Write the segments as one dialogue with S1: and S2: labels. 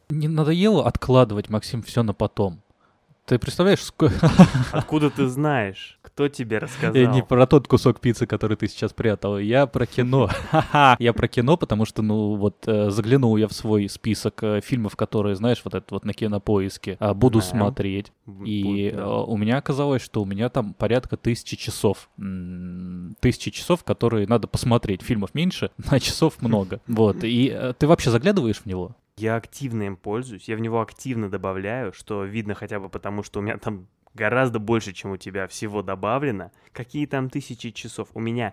S1: Не надоело откладывать, Максим, все на потом? Ты представляешь,
S2: Откуда ты знаешь? Кто тебе
S1: я не
S2: рассказал?
S1: про тот кусок пиццы, который ты сейчас прятал, я про кино. Ха-ха. Я про кино, потому что, ну, вот заглянул я в свой список фильмов, которые, знаешь, вот это вот на Кинопоиске буду
S2: Знаем.
S1: смотреть. И
S2: Да.
S1: у меня оказалось, что у меня там порядка 1000 часов. 1000 часов, которые надо посмотреть. Фильмов меньше, а часов много. Вот. И ты вообще заглядываешь в него?
S2: Я активно им пользуюсь, я в него активно добавляю, что видно хотя бы потому, что у меня там гораздо больше, чем у тебя всего добавлено. Какие там 1000 часов? У меня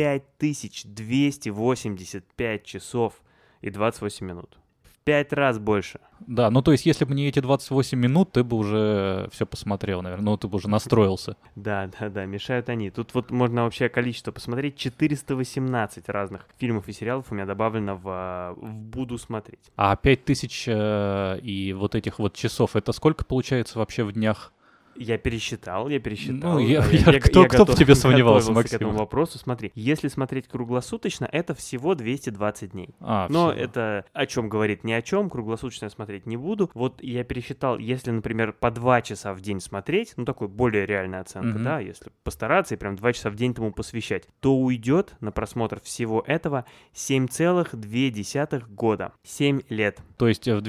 S2: 5285 часов и 28 минут. В 5 раз больше.
S1: Да, ну то есть, если бы не эти 28 минут, ты бы уже все посмотрел, наверное. Ну, ты бы уже настроился.
S2: Да, мешают они. Тут вот можно вообще количество посмотреть. 418 разных фильмов и сериалов у меня добавлено в «Буду смотреть».
S1: А 5000 и вот этих вот часов, это сколько получается вообще в днях?
S2: Я пересчитал.
S1: Ну, кто в тебе сомневался,
S2: Готовился к этому
S1: Максим?
S2: вопросу. Смотри, если смотреть круглосуточно, это всего 220 дней.
S1: А,
S2: Но
S1: всего.
S2: это о чем говорит ни о чем, круглосуточно я смотреть не буду. Вот я пересчитал, если, например, по 2 часа в день смотреть, ну, такой более реальная оценка,
S1: Мгм.
S2: да, если постараться и прям 2 часа в день этому посвящать, то уйдет на просмотр всего этого 7,2 года. 7 лет.
S1: То есть в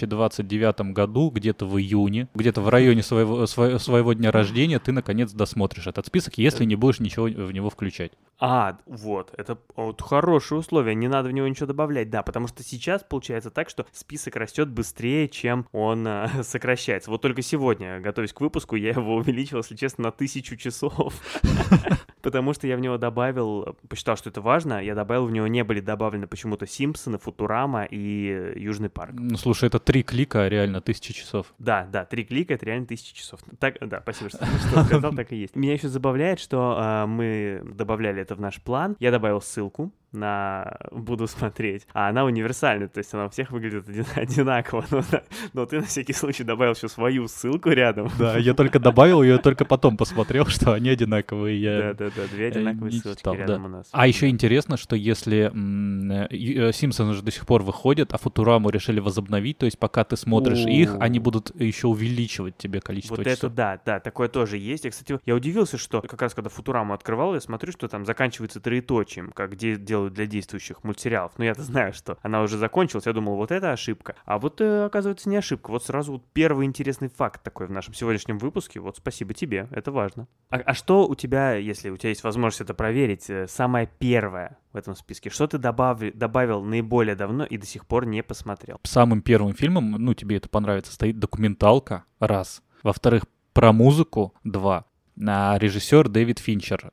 S1: 2029 году, где-то в июне, где-то в районе своего дня рождения, ты наконец досмотришь этот список, если не будешь ничего в него включать.
S2: Вот, это вот хорошее условие, не надо в него ничего добавлять, да, потому что сейчас получается так, что список растет быстрее, чем он сокращается. Вот только сегодня, готовясь к выпуску, я его увеличил, если честно, на 1000 часов. Потому что я в него добавил, посчитал, что это важно, я добавил, в него не были добавлены почему-то «Симпсоны», «Футурама» и «Южный парк».
S1: Ну, слушай, это 3 клика, реально, 1000 часов.
S2: Да, 3 клика — это реально 1000 часов. Так, да, спасибо, что сказал, так и есть. Меня еще забавляет, что мы добавляли это в наш план. Я добавил ссылку на «Буду смотреть», а она универсальная, то есть она у всех выглядит одинаково. Но ты на всякий случай добавил еще свою ссылку рядом.
S1: Да, я только добавил ее, только потом посмотрел, что они одинаковые. Я
S2: Да, две одинаковые
S1: не
S2: ссылочки
S1: читал,
S2: рядом
S1: да.
S2: у нас.
S1: А еще
S2: Да.
S1: интересно, что если Симпсоны же до сих пор выходят, а Футураму решили возобновить, то есть пока ты смотришь их, они будут еще увеличивать тебе количество
S2: Вот
S1: часов.
S2: это да, такое тоже есть. Кстати, я удивился, что как раз когда Футураму открывал, я смотрю, что там заканчивается троеточием, как делают для действующих мультсериалов. Но я-то знаю, что она уже закончилась. Я думал, вот это ошибка. А вот, оказывается, не ошибка. Вот сразу вот первый интересный факт такой в нашем сегодняшнем выпуске. Вот спасибо тебе, это важно. А что у тебя, если у тебя есть возможность это проверить, самое первое в этом списке? Что ты добавил наиболее давно и до сих пор не посмотрел?
S1: Самым первым фильмом, ну, тебе это понравится, стоит документалка, раз. Во-вторых, про музыку, два. Режиссер Дэвид Финчер.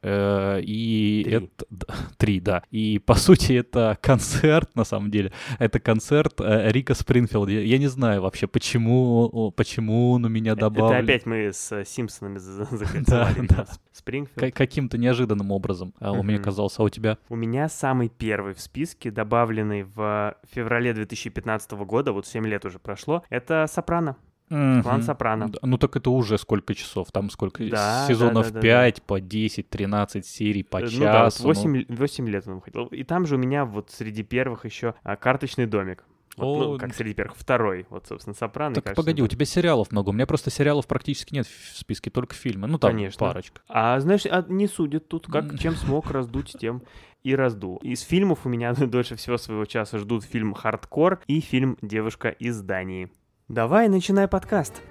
S1: И
S2: Три.
S1: это... Три, да. И, по сути, это концерт, на самом деле. Это концерт Рика Спрингфилда. Я не знаю вообще, почему он у меня
S2: Это
S1: добавлен.
S2: опять мы с Симпсонами закольцевали.
S1: Да.
S2: Спрингфилд.
S1: Каким-то неожиданным образом у меня казался. А у тебя?
S2: У меня самый первый в списке, добавленный в феврале 2015 года, вот 7 лет уже прошло, это «Сопрано». Клан «Сопрано».
S1: Ну так это уже сколько часов? Там сколько?
S2: Да,
S1: Сезонов
S2: да.
S1: 5 по 10-13 серий по
S2: Ну да, вот
S1: часу.
S2: 8 лет он выходил. И там же у меня вот среди первых еще «Карточный домик». Вот, ну, как среди первых, второй, вот, собственно, «Сопрано».
S1: Так погоди, у тебя сериалов много. У меня просто сериалов практически нет в списке, только фильмы. Ну там
S2: Конечно.
S1: парочка.
S2: А знаешь, не судят тут, как чем смог раздуть, тем и раздул. Из фильмов у меня дольше всего своего часа ждут фильм «Хардкор» и фильм «Девушка из Дании». Давай, начинай подкаст.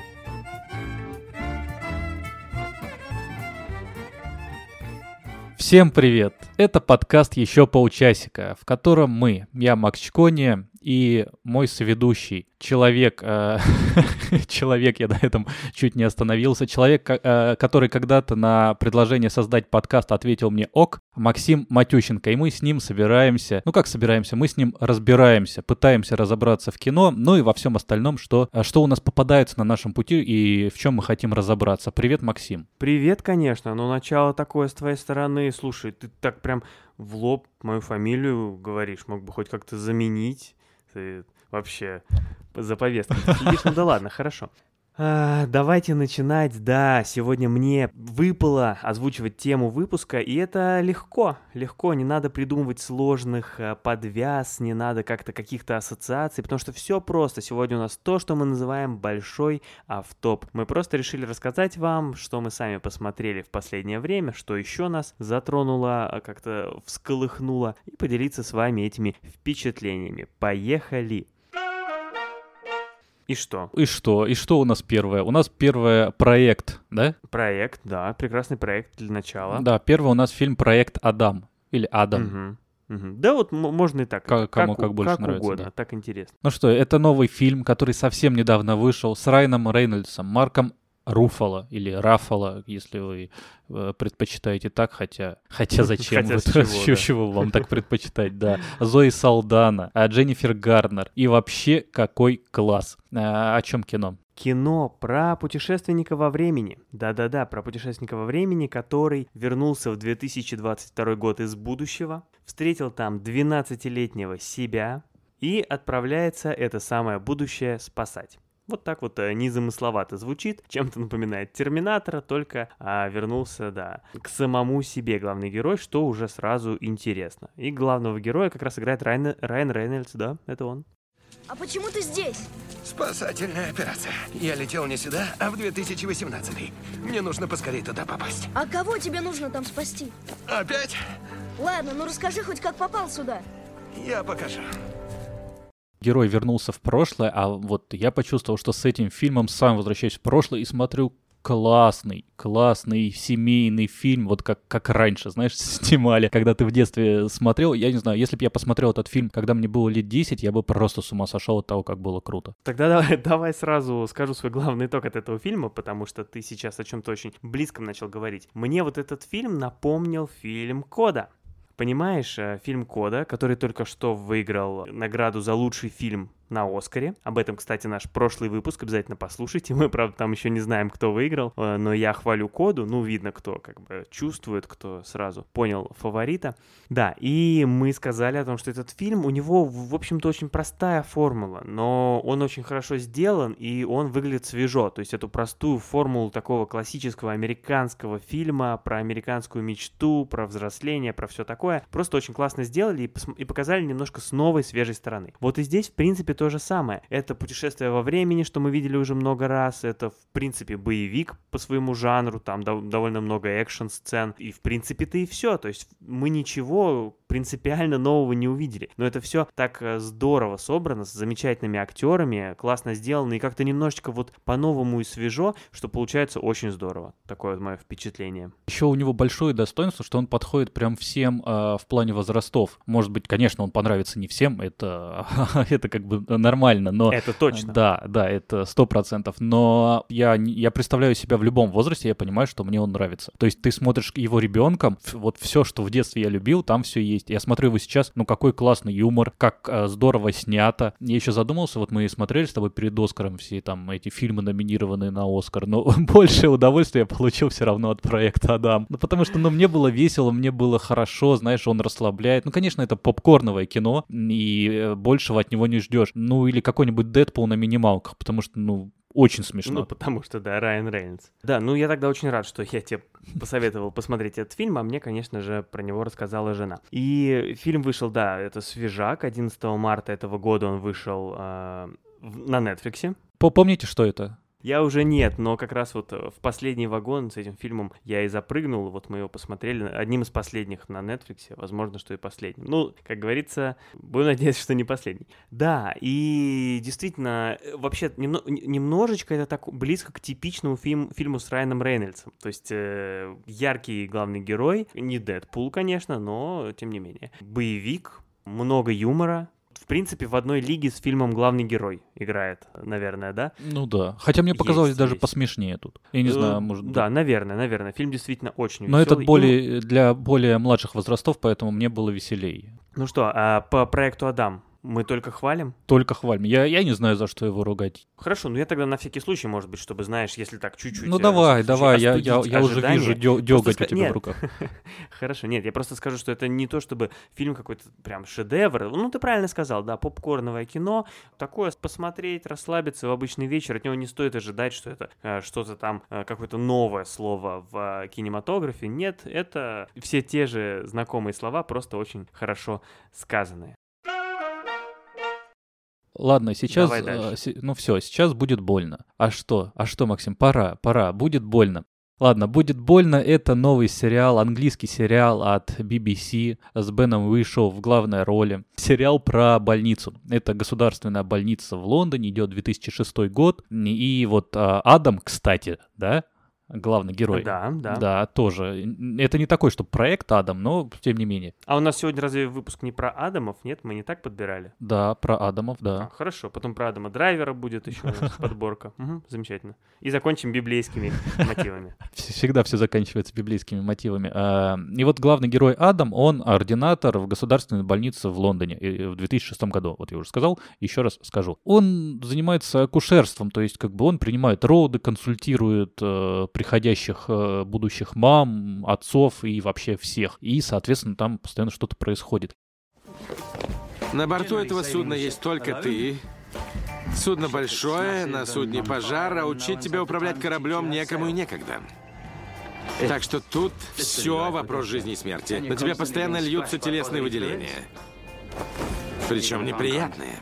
S1: Всем привет! Это подкаст «Еще полчасика», в котором мы, я Макс Чкони и мой соведущий, человек, я на этом чуть не остановился, человек, который когда-то на предложение создать подкаст ответил мне ок, Максим Матющенко, и мы с ним собираемся, мы с ним разбираемся, пытаемся разобраться в кино, ну и во всем остальном, что у нас попадается на нашем пути и в чем мы хотим разобраться. Привет, Максим.
S2: Привет, конечно, но начало такое с твоей стороны. Слушай, ты так прям в лоб мою фамилию говоришь, мог бы хоть как-то заменить. Ты вообще за повесткой следишь. Ну да ладно, хорошо. Давайте начинать. Да, сегодня мне выпало озвучивать тему выпуска, и это легко. Легко, не надо придумывать сложных подвяз, не надо как-то каких-то ассоциаций, потому что все просто. Сегодня у нас то, что мы называем большой автоп. Мы просто решили рассказать вам, что мы сами посмотрели в последнее время, что еще нас затронуло, как-то всколыхнуло, и поделиться с вами этими впечатлениями. Поехали! И что?
S1: И что у нас первое? У нас первое проект, да?
S2: Проект, да, прекрасный проект для начала.
S1: Да, первый у нас фильм «Проект Адам». Или «Адам».
S2: Да, вот можно и так.
S1: Кому как больше нравится.
S2: Угодно,
S1: да.
S2: так интересно.
S1: Ну что, это новый фильм, который совсем недавно вышел, с Райаном Рейнольдсом, Марком Руффало или Раффало, если вы предпочитаете так, хотя зачем?
S2: Хотя
S1: С чего вам так предпочитать, да. Зои Салдана, Дженнифер Гарнер. И вообще, какой класс. О чем кино?
S2: Кино про путешественника во времени. Да-да-да, про путешественника во времени, который вернулся в 2022 год из будущего, встретил там 12-летнего себя и отправляется это самое будущее спасать. Вот так вот незамысловато звучит, чем-то напоминает Терминатора, только вернулся, да, к самому себе главный герой, что уже сразу интересно. И главного героя как раз играет Райан Рейнольдс, да, это он.
S3: А почему ты здесь?
S4: Спасательная операция. Я летел не сюда, а в 2018. Мне нужно поскорее туда попасть.
S3: А кого тебе нужно там спасти?
S4: Опять?
S3: Ладно, ну расскажи хоть, как попал сюда.
S4: Я покажу.
S1: Герой вернулся в прошлое, а вот я почувствовал, что с этим фильмом сам возвращаюсь в прошлое и смотрю классный семейный фильм, вот как раньше, знаешь, снимали, когда ты в детстве смотрел. Я не знаю, если бы я посмотрел этот фильм, когда мне было лет 10, я бы просто с ума сошел от того, как было круто.
S2: Тогда давай сразу скажу свой главный итог от этого фильма, потому что ты сейчас о чем-то очень близком начал говорить. Мне вот этот фильм напомнил фильм «Кода». Понимаешь, фильм «Кода», который только что выиграл награду за лучший фильм на Оскаре. Об этом, кстати, наш прошлый выпуск, обязательно послушайте. Мы, правда, там еще не знаем, кто выиграл, но я хвалю «Коду». Ну, видно, кто как бы чувствует, кто сразу понял фаворита. Да, и мы сказали о том, что этот фильм, у него, в общем-то, очень простая формула, но он очень хорошо сделан, и он выглядит свежо. То есть эту простую формулу такого классического американского фильма про американскую мечту, про взросление, про все такое, просто очень классно сделали и показали немножко с новой, свежей стороны. Вот и здесь, в принципе, то же самое. Это путешествие во времени, что мы видели уже много раз. Это, в принципе, боевик по своему жанру. Там довольно много экшн-сцен. И, в принципе-то и все. То есть мы ничего принципиально нового не увидели. Но это все так здорово собрано, с замечательными актерами, классно сделано и как-то немножечко вот по-новому и свежо, что получается очень здорово. Такое вот мое впечатление.
S1: Еще у него большое достоинство, что он подходит прям всем в плане возрастов. Может быть, конечно, он понравится не всем, это как бы нормально, но...
S2: Это точно.
S1: Да, это 100%. Но я представляю себя в любом возрасте, я понимаю, что мне он нравится. То есть ты смотришь его ребенком, вот все, что в детстве я любил, там все есть. Я смотрю его сейчас, ну какой классный юмор, как здорово снято. Я еще задумался, вот мы смотрели с тобой перед Оскаром все там эти фильмы, номинированные на Оскар, но больше удовольствия я получил все равно от проекта «Адам». Ну потому что, мне было весело, мне было хорошо, знаешь, он расслабляет. Ну, конечно, это попкорновое кино, и большего от него не ждешь. Ну, или какой-нибудь Дэдпул на минималках, потому что, очень смешно.
S2: Ну, потому что, да, Райан Рейнольдс. Да, я тогда очень рад, что я тебе посоветовал посмотреть этот фильм, а мне, конечно же, про него рассказала жена. И фильм вышел, да, это свежак, 11 марта этого года он вышел на Netflix.
S1: Помните, что это?
S2: Я уже нет, но как раз вот в последний вагон с этим фильмом я и запрыгнул, вот мы его посмотрели, одним из последних на Netflix, возможно, что и последним. Ну, как говорится, будем надеяться, что не последний. Да, и действительно, вообще немножечко это так близко к типичному фильму с Райаном Рейнольдсом. То есть яркий главный герой, не Дэдпул, конечно, но тем не менее. Боевик, много юмора. В принципе, в одной лиге с фильмом главный герой играет, наверное, да?
S1: Ну да. Хотя мне показалось даже посмешнее тут. Я не знаю, может быть.
S2: Да, наверное. Фильм действительно очень веселый.
S1: Но этот для более младших возрастов, поэтому мне было веселее.
S2: Ну что, по проекту «Адам» Мы только хвалим?
S1: Только хвалим. Я не знаю, за что его ругать.
S2: Хорошо, ну я тогда на всякий случай, может быть, чтобы, знаешь, если так чуть-чуть...
S1: Ну давай, я уже
S2: ожидания.
S1: вижу дёготь у тебя
S2: Нет.
S1: в руках.
S2: Хорошо, нет, я просто скажу, что это не то, чтобы фильм какой-то прям шедевр. Ну, ты правильно сказал, да, попкорновое кино. Такое посмотреть, расслабиться в обычный вечер. От него не стоит ожидать, что это что-то там, какое-то новое слово в кинематографе. Нет, это все те же знакомые слова, просто очень хорошо сказанные.
S1: Ладно, сейчас,
S2: Давай дальше.
S1: ну все, сейчас будет больно. А что, Максим, пора, будет больно. Ладно, будет больно, это новый сериал, английский сериал от BBC с Беном Уишоу в главной роли. Сериал про больницу. Это государственная больница в Лондоне, идет 2006 год. И вот Адам, кстати, да, главный герой.
S2: Да.
S1: Да, тоже. Это не такой, что проект Адам, но тем не менее.
S2: А у нас сегодня разве выпуск не про Адамов? Нет, мы не так подбирали?
S1: Да, про Адамов, да.
S2: Хорошо, потом про Адама Драйвера будет еще подборка. Замечательно. И закончим библейскими мотивами.
S1: Всегда все заканчивается библейскими мотивами. И вот главный герой Адам, он ординатор в государственной больнице в Лондоне в 2006 году. Вот я уже сказал, еще раз скажу. Он занимается акушерством, то есть как бы он принимает роды, консультирует приходящих будущих мам, отцов и вообще всех. И, соответственно, там постоянно что-то происходит.
S5: На борту этого судна есть только ты. Судно большое, на судне пожар, а учить тебя управлять кораблем некому и некогда. Так что тут все вопрос жизни и смерти. На тебя постоянно льются телесные выделения. Причем неприятные.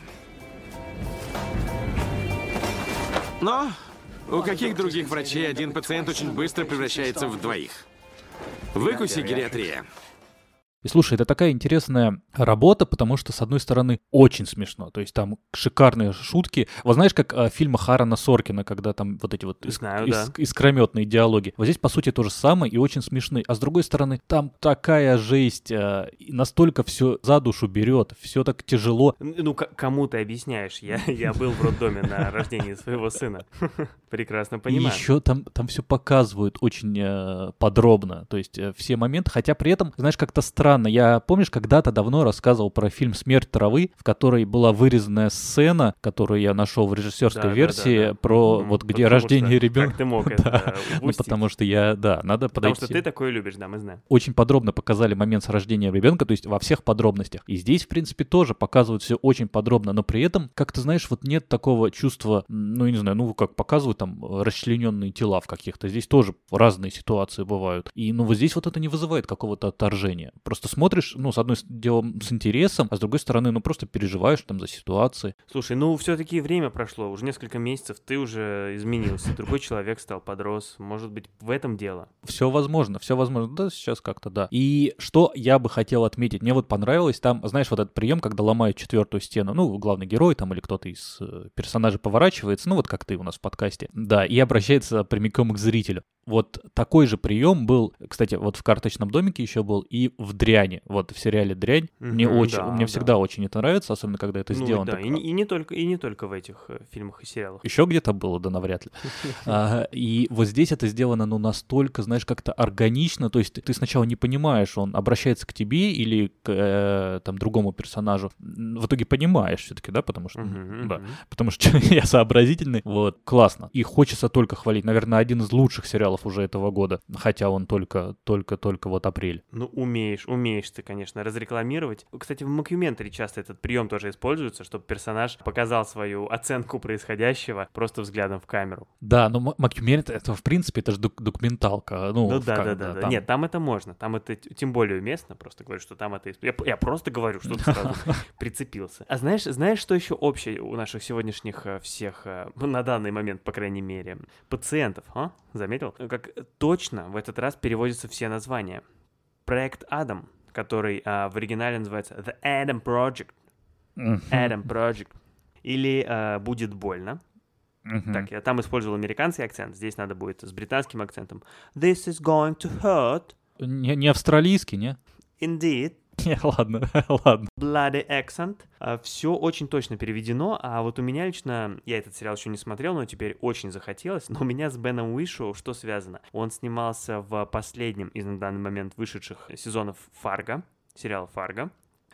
S5: Но у каких других врачей один пациент очень быстро превращается в двоих? Выкуси гериатрия.
S1: И слушай, это такая интересная работа, потому что, с одной стороны, очень смешно. То есть там шикарные шутки. Вот знаешь, как в фильмах Аарона Соркина, когда там вот эти вот искрометные диалоги. Вот здесь, по сути, то же самое и очень смешные. А с другой стороны, там такая жесть, настолько все за душу берет, все так тяжело.
S2: Ну, кому ты объясняешь? Я был в роддоме на рождении своего сына. Прекрасно понимаю.
S1: И еще там все показывают очень подробно. То есть все моменты, хотя при этом, знаешь, как-то странно. Я, помнишь, когда-то давно рассказывал про фильм «Смерть травы», в которой была вырезанная сцена, которую я нашел в режиссерской версии, про вот где рождение ребенка.
S2: Как ты мог это упустить?
S1: Ну, потому что надо подойти.
S2: Потому что ты такое любишь, да, мы знаем.
S1: Очень подробно показали момент с рождением ребенка, то есть во всех подробностях. И здесь, в принципе, тоже показывают все очень подробно, но при этом, как ты знаешь, вот нет такого чувства, ну, я не знаю, ну, как показывают там расчлененные тела в каких-то. Здесь тоже разные ситуации бывают. И, ну, вот здесь вот это не вызывает какого-то отторжения. Просто смотришь, ну, с одной делом с интересом, а с другой стороны, ну, просто переживаешь там за ситуации.
S2: Слушай, ну, все-таки время прошло, уже несколько месяцев, ты уже изменился, другой человек стал, подрос, может быть, в этом дело?
S1: Все возможно, да, сейчас как-то, да. И что я бы хотел отметить, мне вот понравилось, там, знаешь, вот этот прием, когда ломают четвертую стену, ну, главный герой там или кто-то из персонажей поворачивается, ну, вот как ты у нас в подкасте, да, и обращается прямиком к зрителю. Вот такой же прием был, кстати, вот в «Карточном домике» еще был, и в «Дряни», вот в сериале «Дрянь». Мне всегда очень это нравится, особенно когда это сделано.
S2: Да, и не только в этих фильмах и сериалах.
S1: Еще где-то было, да навряд ли. И вот здесь это сделано, ну, настолько, знаешь, как-то органично, то есть ты сначала не понимаешь, он обращается к тебе или к там другому персонажу. В итоге понимаешь все-таки, да, потому что я сообразительный. Вот, классно. И хочется только хвалить. Наверное, один из лучших сериалов уже этого года, хотя он только вот апрель.
S2: Ну, умеешь ты, конечно, разрекламировать. Кстати, в мокюментари часто этот прием тоже используется, чтобы персонаж показал свою оценку происходящего просто взглядом в камеру.
S1: Да, но мокюментари, это, в принципе, это же документалка.
S2: Да. Нет, там это можно, там это тем более уместно, просто говорю, что там это... Я просто говорю, что ты сразу прицепился. А знаешь, что еще общее у наших сегодняшних всех, на данный момент, по крайней мере, пациентов, заметил? Как точно в этот раз переводятся все названия. Проект Адам, который в оригинале называется The Adam Project. Adam Project. Или «Будет больно». Так, я там использовал американский акцент, здесь надо будет с британским акцентом. This is going to hurt.
S1: Не австралийский, не?
S2: Indeed.
S1: Ладно.
S2: Bloody accent. Все очень точно переведено, а вот у меня лично, я этот сериал еще не смотрел, но теперь очень захотелось, но у меня с Беном Уишоу что связано? Он снимался в последнем из на данный момент вышедших сезонов Фарго, сериала Фарго.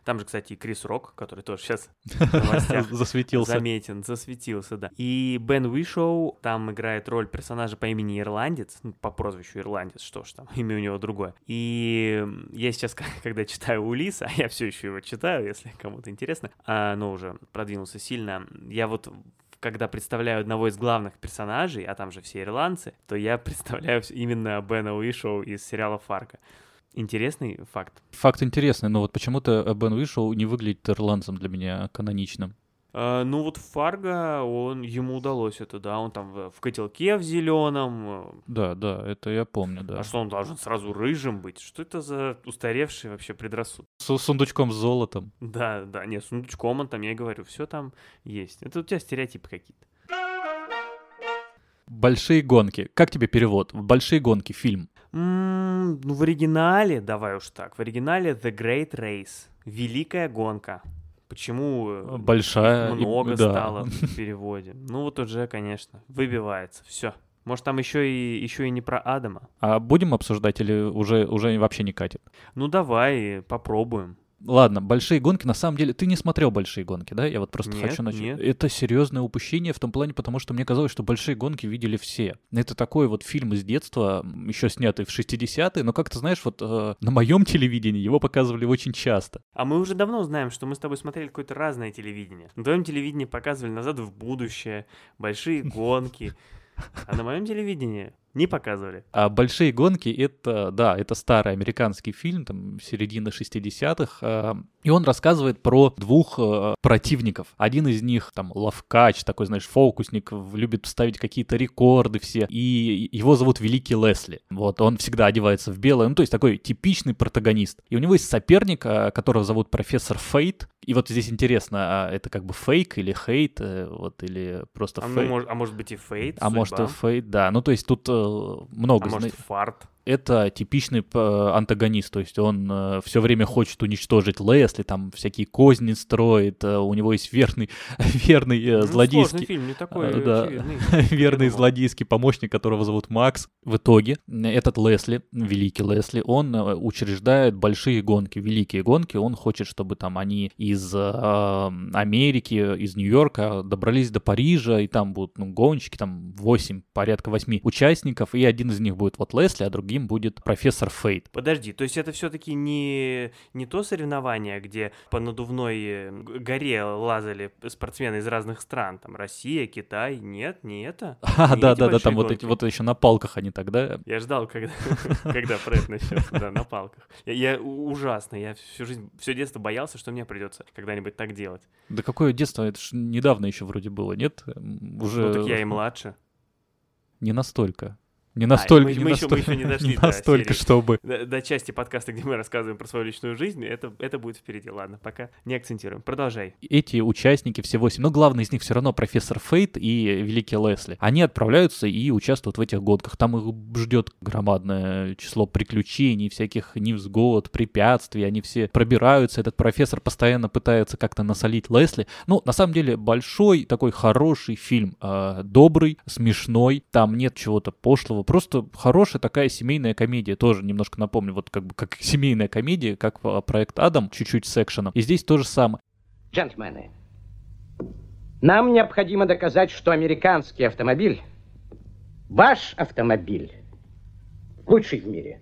S2: Там же, кстати, и Крис Рок, который тоже сейчас в новостях заметен, засветился, да. И Бен Уишоу там играет роль персонажа по имени Ирландец, по прозвищу Ирландец, что ж там, имя у него другое. И я сейчас, когда читаю Улисса, а я все еще его читаю, если кому-то интересно, но уже продвинулся сильно, я вот когда представляю одного из главных персонажей, а там же все ирландцы, то я представляю именно Бена Уишоу из сериала «Фарго». Интересный факт.
S1: Факт интересный, но вот почему-то Бен Уишоу не выглядит ирландцем для меня каноничным.
S2: Ну вот в «Фарго» ему удалось это, да, он там в котелке в зеленом.
S1: Да, это я помню, да.
S2: А что он должен сразу рыжим быть? Что это за устаревший вообще предрассудок?
S1: С сундучком с золотом.
S2: Да, нет, сундучком он там, я и говорю, все там есть. Это у тебя стереотипы какие-то.
S1: «Большие гонки». Как тебе перевод? «Большие гонки» фильм.
S2: Ну, в оригинале, давай уж так, в оригинале «The Great Race». Великая гонка. Почему
S1: большая
S2: много стало в переводе? Ну вот уже, конечно, выбивается. Все. Может, там еще и не про Адама.
S1: А будем обсуждать или уже вообще не катит?
S2: Ну давай попробуем.
S1: Ладно, «Большие гонки», на самом деле, ты не смотрел «Большие гонки», да? Я вот просто хочу начать.
S2: Нет.
S1: Это серьезное упущение в том плане, потому что мне казалось, что «Большие гонки» видели все. Это такой вот фильм из детства, еще снятый в 60-е, но как-то, знаешь, вот на моем телевидении его показывали очень часто.
S2: А мы уже давно знаем, что мы с тобой смотрели какое-то разное телевидение. На твоем телевидении показывали «Назад в будущее», «Большие гонки», а на моем телевидении не показывали.
S1: А «Большие гонки» — это старый американский фильм, там, середины 60-х, и он рассказывает про двух противников. Один из них, там, ловкач, такой, знаешь, фокусник, любит ставить какие-то рекорды все, и его зовут Великий Лесли. Вот, он всегда одевается в белое, ну, то есть такой типичный протагонист. И у него есть соперник, которого зовут профессор Фейт, и вот здесь интересно, это как бы фейк или хейт, вот, или просто фейт.
S2: А может быть и фейт,
S1: а может и фейт, да. Ну, то есть тут много...
S2: А может фарт.
S1: Это типичный антагонист, то есть он все время хочет уничтожить Лесли, там всякие козни строит, у него есть верный злодейский...
S2: Сложный фильм, не такой
S1: очевидный. Верный злодейский помощник, которого зовут Макс. В итоге этот Лесли, Великий Лесли, он учреждает большие гонки, великие гонки, он хочет, чтобы там они из Америки, из Нью-Йорка добрались до Парижа, и там будут гонщики, там порядка 8 участников, и один из них будет вот Лесли, а другим будет профессор Фейт.
S2: Подожди, то есть это все-таки не то соревнование, где по надувной горе лазали спортсмены из разных стран, там Россия, Китай, нет, не это?
S1: Да, там вот еще на палках они тогда.
S2: Я ждал, когда про это начнется, да, на палках. Я ужасно, я всю жизнь, все детство боялся, что мне придется когда-нибудь так делать.
S1: Да какое детство, это ж недавно еще вроде было, нет? Уже...
S2: Ну так я и младше.
S1: Не настолько. Не настолько,
S2: мы еще не дошли
S1: настолько, чтобы...
S2: До части подкаста, где мы рассказываем про свою личную жизнь, это будет впереди. Ладно, пока не акцентируем. Продолжай.
S1: Эти участники, все 8, но главный из них все равно профессор Фейт и Великий Лесли. Они отправляются и участвуют в этих гонках. Там их ждет громадное число приключений, всяких невзгод, препятствий. Они все пробираются. Этот профессор постоянно пытается как-то насолить Лесли. Ну, на самом деле, большой такой хороший фильм. Добрый, смешной. Там нет чего-то пошлого. Просто хорошая такая семейная комедия, тоже немножко напомню, вот как семейная комедия, как проект Адам, чуть-чуть с экшеном. И здесь то же самое.
S6: Джентльмены, нам необходимо доказать, что американский автомобиль, ваш автомобиль, лучший в мире.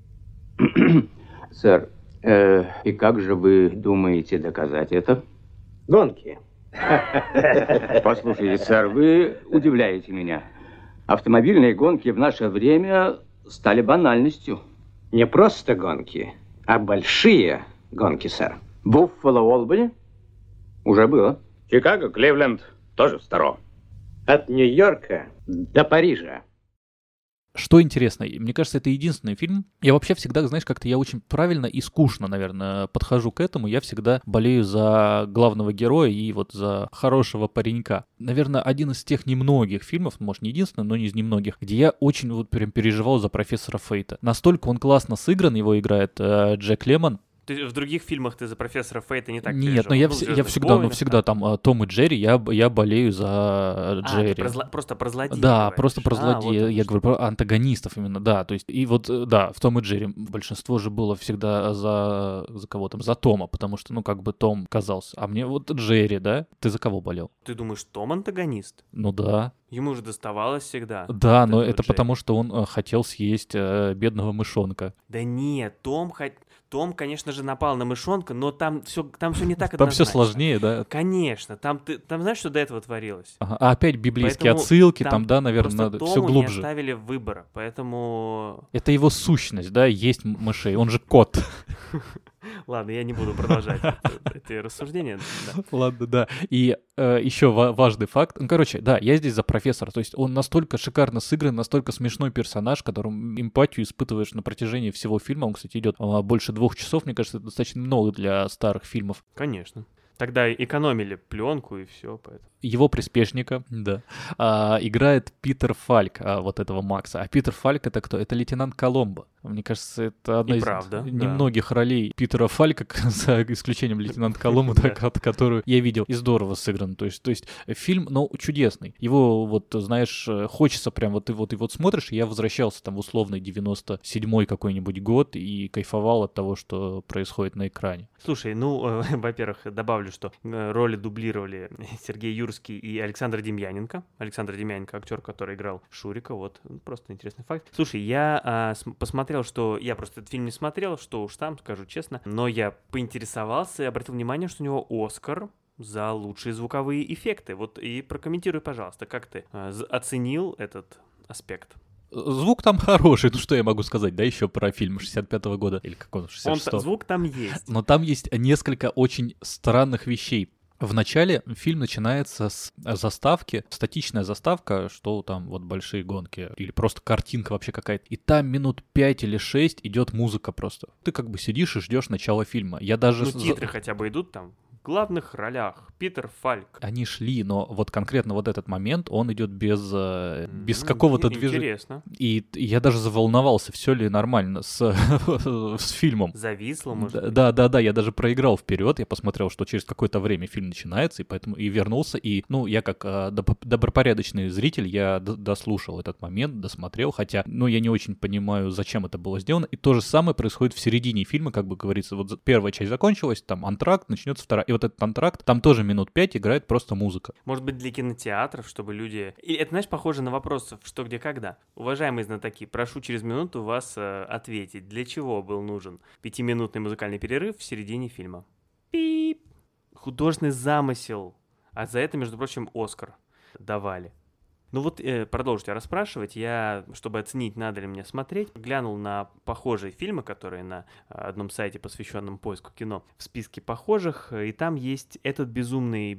S7: Сэр, и как же вы думаете доказать это?
S6: Гонки.
S7: Послушайте, сэр, вы удивляете меня. Автомобильные гонки в наше время стали банальностью.
S6: Не просто гонки, а большие гонки, сэр.
S7: Буффало-Олбани? Уже было.
S8: Чикаго, Кливленд, тоже старо.
S6: От Нью-Йорка до Парижа.
S1: Что интересно, мне кажется, это единственный фильм. Я вообще всегда, знаешь, как-то я очень правильно и скучно, наверное, подхожу к этому. Я всегда болею за главного героя и вот за хорошего паренька. Наверное, один из тех немногих фильмов, может, не единственный, но не из немногих, где я очень вот прям переживал за профессора Фейта. Настолько он классно сыгран, его играет Джек Лемон.
S2: То Ты в других фильмах ты за профессора Фейта не так
S1: Нет, но
S2: переживал.
S1: я всегда там Том и Джерри, я болею за Джерри.
S2: Просто про злодея.
S1: Да,
S2: говоришь.
S1: просто про злодея.
S2: Вот
S1: Я говорю про антагонистов именно, да. То есть, и вот, да, в Том и Джерри большинство же было всегда за кого там, за Тома, потому что, ну, как бы Том казался. А мне вот Джерри, да? Ты за кого болел?
S2: Ты думаешь, Том антагонист?
S1: Ну да.
S2: Ему же доставалось всегда.
S1: Да,
S2: вот
S1: но
S2: этого
S1: это
S2: Джерри.
S1: потому, что он хотел съесть бедного мышонка.
S2: Да нет, Том, конечно же, напал на мышонка, но там все не так
S1: Там все
S2: однозначно.
S1: сложнее, да?
S2: Конечно, там знаешь, что до этого творилось?
S1: Ага. А опять библейские
S2: Поэтому
S1: отсылки, там, да, наверное,
S2: просто
S1: надо
S2: Тому
S1: все
S2: не
S1: глубже.
S2: оставили выбора, поэтому...
S1: Это его сущность, да, есть мышей, он же кот.
S2: Ладно, я не буду продолжать эти рассуждения. Да.
S1: Ладно, да. И еще важный факт. Ну, короче, да, я здесь за профессора. То есть он настолько шикарно сыгран, настолько смешной персонаж, которому эмпатию испытываешь на протяжении всего фильма. Он, кстати, идет больше 2 часов. Мне кажется, это достаточно много для старых фильмов.
S2: Конечно. Тогда экономили пленку и все, поэтому.
S1: Его приспешника, да, играет Питер Фальк, вот этого Макса. А Питер Фальк — это кто? Это лейтенант Коломбо. Мне кажется, это одна из немногих ролей Питера Фалька, за исключением лейтенанта Коломбо, которую я видел. И здорово сыгран. То есть фильм, ну, чудесный. Его, вот, знаешь, хочется прям, вот ты вот смотришь, и я возвращался там в условный 97-й какой-нибудь год и кайфовал от того, что происходит на экране.
S2: Слушай, ну, во-первых, добавлю, что роли дублировали Сергей Юрский и Александр Демьяненко. Александр Демьяненко — актер, который играл Шурика. Вот, просто интересный факт. Слушай, я посмотрел, что... Я просто этот фильм не смотрел, что уж там, скажу честно. Но я поинтересовался и обратил внимание, что у него Оскар за лучшие звуковые эффекты. Вот и прокомментируй, пожалуйста, как ты оценил этот аспект?
S1: Звук там хороший, ну что я могу сказать, да, еще про фильм 65-го года, или какого, 66-го.
S2: Звук там есть.
S1: Но там есть несколько очень странных вещей. В начале фильм начинается с заставки, статичная заставка, что там вот большие гонки, или просто картинка вообще какая-то. И там минут 5 или 6 идет музыка просто. Ты как бы сидишь и ждешь начала фильма. Я даже...
S2: Ну, титры хотя бы идут там. В главных ролях Питер Фальк.
S1: Они шли, но вот конкретно вот этот момент, он идет без какого-то движения.
S2: Интересно.
S1: И я даже заволновался, все ли нормально с фильмом.
S2: Зависло, может быть?
S1: Да, я даже проиграл вперед, я посмотрел, что через какое-то время фильм начинается, и поэтому и вернулся, и, ну, я как добропорядочный зритель, я дослушал этот момент, досмотрел, хотя, ну, я не очень понимаю, зачем это было сделано, и то же самое происходит в середине фильма, как бы говорится, вот первая часть закончилась, там антракт, начнется вторая. И вот этот антракт, там тоже минут 5 играет просто музыка.
S2: Может быть, для кинотеатров, чтобы люди... И это, знаешь, похоже на вопрос «что, где, когда?». Уважаемые знатоки, прошу через минуту вас ответить, для чего был нужен 5-минутный музыкальный перерыв в середине фильма. Пип! Художественный замысел. А за это, между прочим, Оскар давали. Ну вот, продолжу тебя расспрашивать. Я, чтобы оценить, надо ли мне смотреть, глянул на похожие фильмы, которые на одном сайте, посвященном поиску кино, в списке похожих, и там есть этот безумный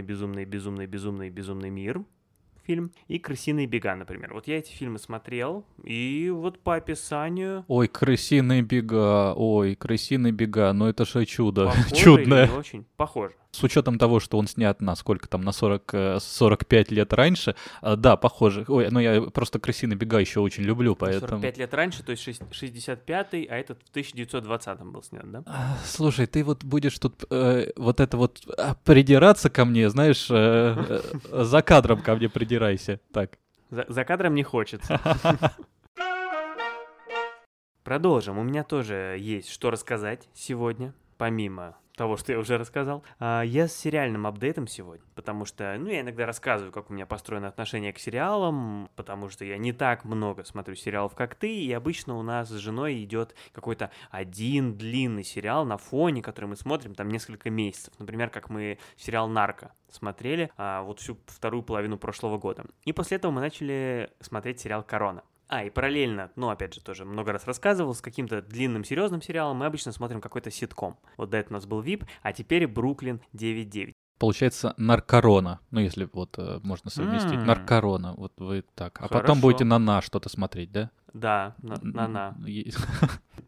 S2: мир, фильм, и «Крысиные бега», например. Вот я эти фильмы смотрел, и вот по описанию...
S1: Ой, крысиные бега, ну это же чудо,
S2: Похоже
S1: чудное.
S2: или не очень? Похоже.
S1: С учетом того, что он снят на сколько там, на 45 лет раньше, да, похоже. Ой, ну я просто «Крысиные бега» еще очень люблю, поэтому...
S2: 45 лет раньше, то есть 65-й, а этот в 1920-м был снят, да?
S1: Слушай, ты вот будешь тут вот это вот придираться ко мне, знаешь, за кадром ко мне придирайся. Так.
S2: За кадром не хочется. Продолжим. У меня тоже есть что рассказать сегодня, помимо того, что я уже рассказал. Я с сериальным апдейтом сегодня, потому что, ну, я иногда рассказываю, как у меня построено отношение к сериалам, потому что я не так много смотрю сериалов, как ты, и обычно у нас с женой идет какой-то один длинный сериал на фоне, который мы смотрим там несколько месяцев. Например, как мы сериал «Нарко» смотрели вот всю вторую половину прошлого года. И после этого мы начали смотреть сериал «Корона». И параллельно, ну, опять же, тоже много раз рассказывал, с каким-то длинным серьезным сериалом мы обычно смотрим какой-то ситком. Вот до этого у нас был VIP, а теперь «Бруклин 9.9».
S1: Получается «Наркорона», ну, если вот можно совместить. «Наркорона», вот вы так. А потом будете на что-то смотреть, да?
S2: Да, на.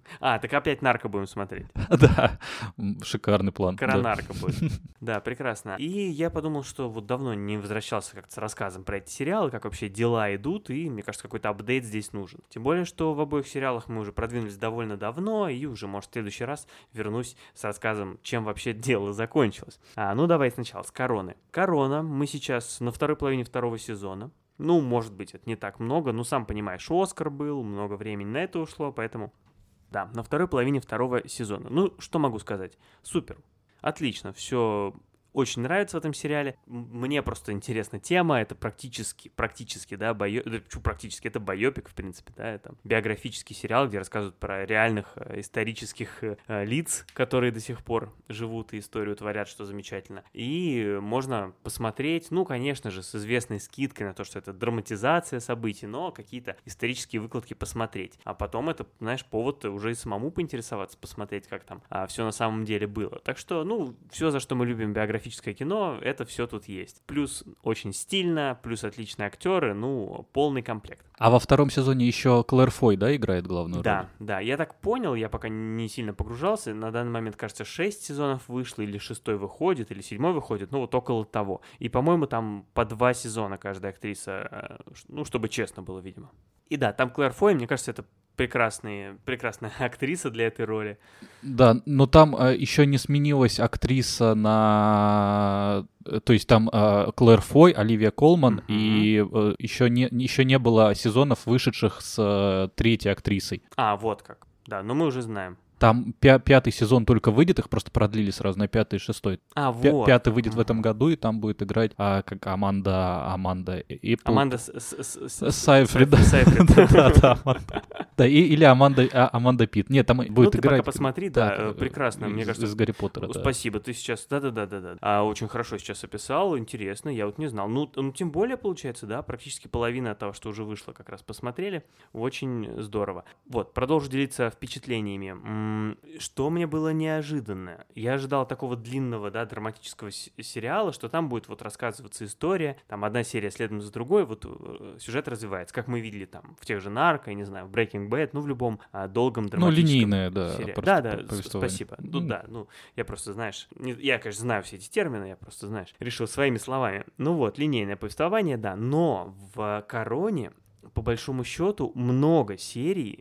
S2: Так опять нарко будем смотреть.
S1: Да, шикарный план.
S2: Коронарко будет. Да, прекрасно. И я подумал, что вот давно не возвращался как-то с рассказом про эти сериалы, как вообще дела идут, и мне кажется, какой-то апдейт здесь нужен. Тем более, что в обоих сериалах мы уже продвинулись довольно давно, и уже, может, в следующий раз вернусь с рассказом, чем вообще дело закончилось. Давай сначала с «Короны». «Корона», мы сейчас на второй половине второго сезона. Может быть, это не так много, но сам понимаешь, «Оскар» был, много времени на это ушло, поэтому... Да, на второй половине второго сезона. Что могу сказать? Супер. Отлично. Все очень нравится в этом сериале. Мне просто интересна тема. Это практически, да, практически, это байопик, в принципе, да, это биографический сериал, где рассказывают про реальных исторических лиц, которые до сих пор живут и историю творят, что замечательно. И можно посмотреть, конечно же, с известной скидкой на то, что это драматизация событий, но какие-то исторические выкладки посмотреть. А потом это, знаешь, повод уже и самому поинтересоваться, посмотреть, как там все на самом деле было. Так что, все, за что мы любим биографическое кино, это все тут есть. Плюс очень стильно, плюс отличные актеры, полный комплект.
S1: А во втором сезоне еще Клэр Фой, да, играет главную роль?
S2: Да, я так понял, я пока не сильно погружался. На данный момент, кажется, 6 сезонов вышло, или 6 выходит, или 7 выходит, около того. И, по-моему, там по 2 сезона каждая актриса, чтобы честно было, видимо. И да, там Клэр Фой, мне кажется, это прекрасная актриса для этой роли. Да,
S1: но там еще не сменилась актриса То есть там Клэр Фой, Оливия Колман, и еще не было сезонов, вышедших с третьей актрисой.
S2: Вот как. Да, но мы уже знаем.
S1: Там пятый сезон только выйдет, их просто продлили сразу на пятый и шестой.
S2: Вот.
S1: Пятый выйдет в этом году, и там будет играть как Аманда
S2: Сайфрид.
S1: Да, или Аманда Питт. Нет, там будет играть...
S2: Ты пока посмотри, да, прекрасно, мне кажется.
S1: Из Гарри Поттера, да.
S2: Спасибо, ты сейчас... Да. Очень хорошо сейчас описал, интересно, я вот не знал. Тем более, получается, да, практически половина того, что уже вышло, как раз посмотрели. Очень здорово. Вот, продолжу делиться впечатлениями. Что мне было неожиданно? Я ожидал такого длинного, да, драматического сериала, что там будет вот рассказываться история, там одна серия следом за другой, вот сюжет развивается, как мы видели там в тех же «Нарко», я не знаю, в «Breaking Bad», в любом долгом драматическом
S1: линейная, да.
S2: сериале. Да, спасибо. Я просто, знаешь, я, конечно, знаю все эти термины, я просто, знаешь, решил своими словами. Линейное повествование, да, но в «Короне», по большому счету, много серий,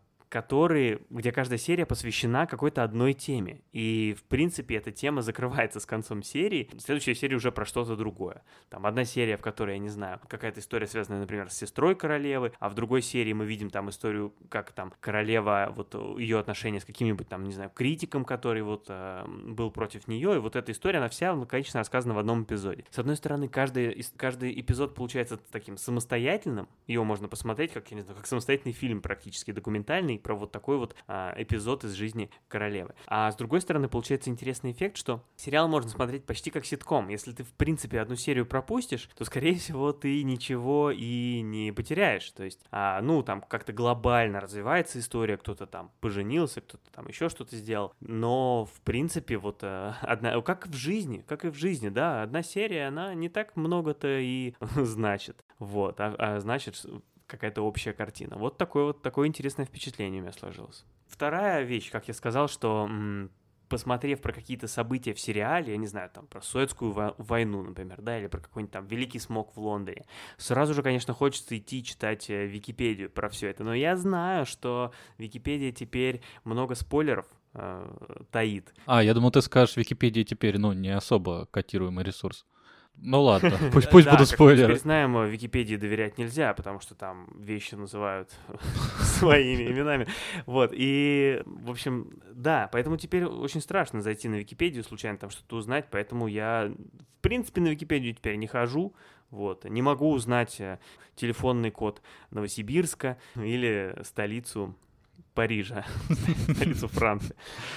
S2: где каждая серия посвящена какой-то одной теме. И, в принципе, эта тема закрывается с концом серии. Следующая серия уже про что-то другое. Там одна серия, в которой, я не знаю, какая-то история, связанная, например, с сестрой королевы, а в другой серии мы видим там историю, как там королева, вот ее отношения с каким-нибудь там, не знаю, критиком, который вот был против нее. И вот эта история, она вся, конечно, рассказана в одном эпизоде. С одной стороны, каждый эпизод получается таким самостоятельным. Его можно посмотреть, как, я не знаю, как самостоятельный фильм практически документальный, про вот такой вот эпизод из жизни королевы. А с другой стороны, получается интересный эффект, что сериал можно смотреть почти как ситком. Если ты, в принципе, одну серию пропустишь, то, скорее всего, ты ничего и не потеряешь. То есть, там как-то глобально развивается история, кто-то там поженился, кто-то там еще что-то сделал. Но, в принципе, вот как и в жизни, да, одна серия, она не так много-то и значит. Вот, значит, какая-то общая картина. Вот такое интересное впечатление у меня сложилось. Вторая вещь, как я сказал, что посмотрев про какие-то события в сериале, я не знаю, там, про Суэцкую войну, например, да, или про какой-нибудь там Великий смог в Лондоне, сразу же, конечно, хочется идти читать Википедию про все это. Но я знаю, что Википедия теперь много спойлеров таит.
S1: Я думал, ты скажешь, Википедия теперь, не особо котируемый ресурс. Ладно, пусть будут спойлеры.
S2: Теперь знаем, Википедии доверять нельзя, потому что там вещи называют своими именами. Вот, и, в общем, да, поэтому теперь очень страшно зайти на Википедию, случайно там что-то узнать, поэтому я, в принципе, на Википедию теперь не хожу, вот, не могу узнать телефонный код Новосибирска или столицу Парижа, столицу Франции.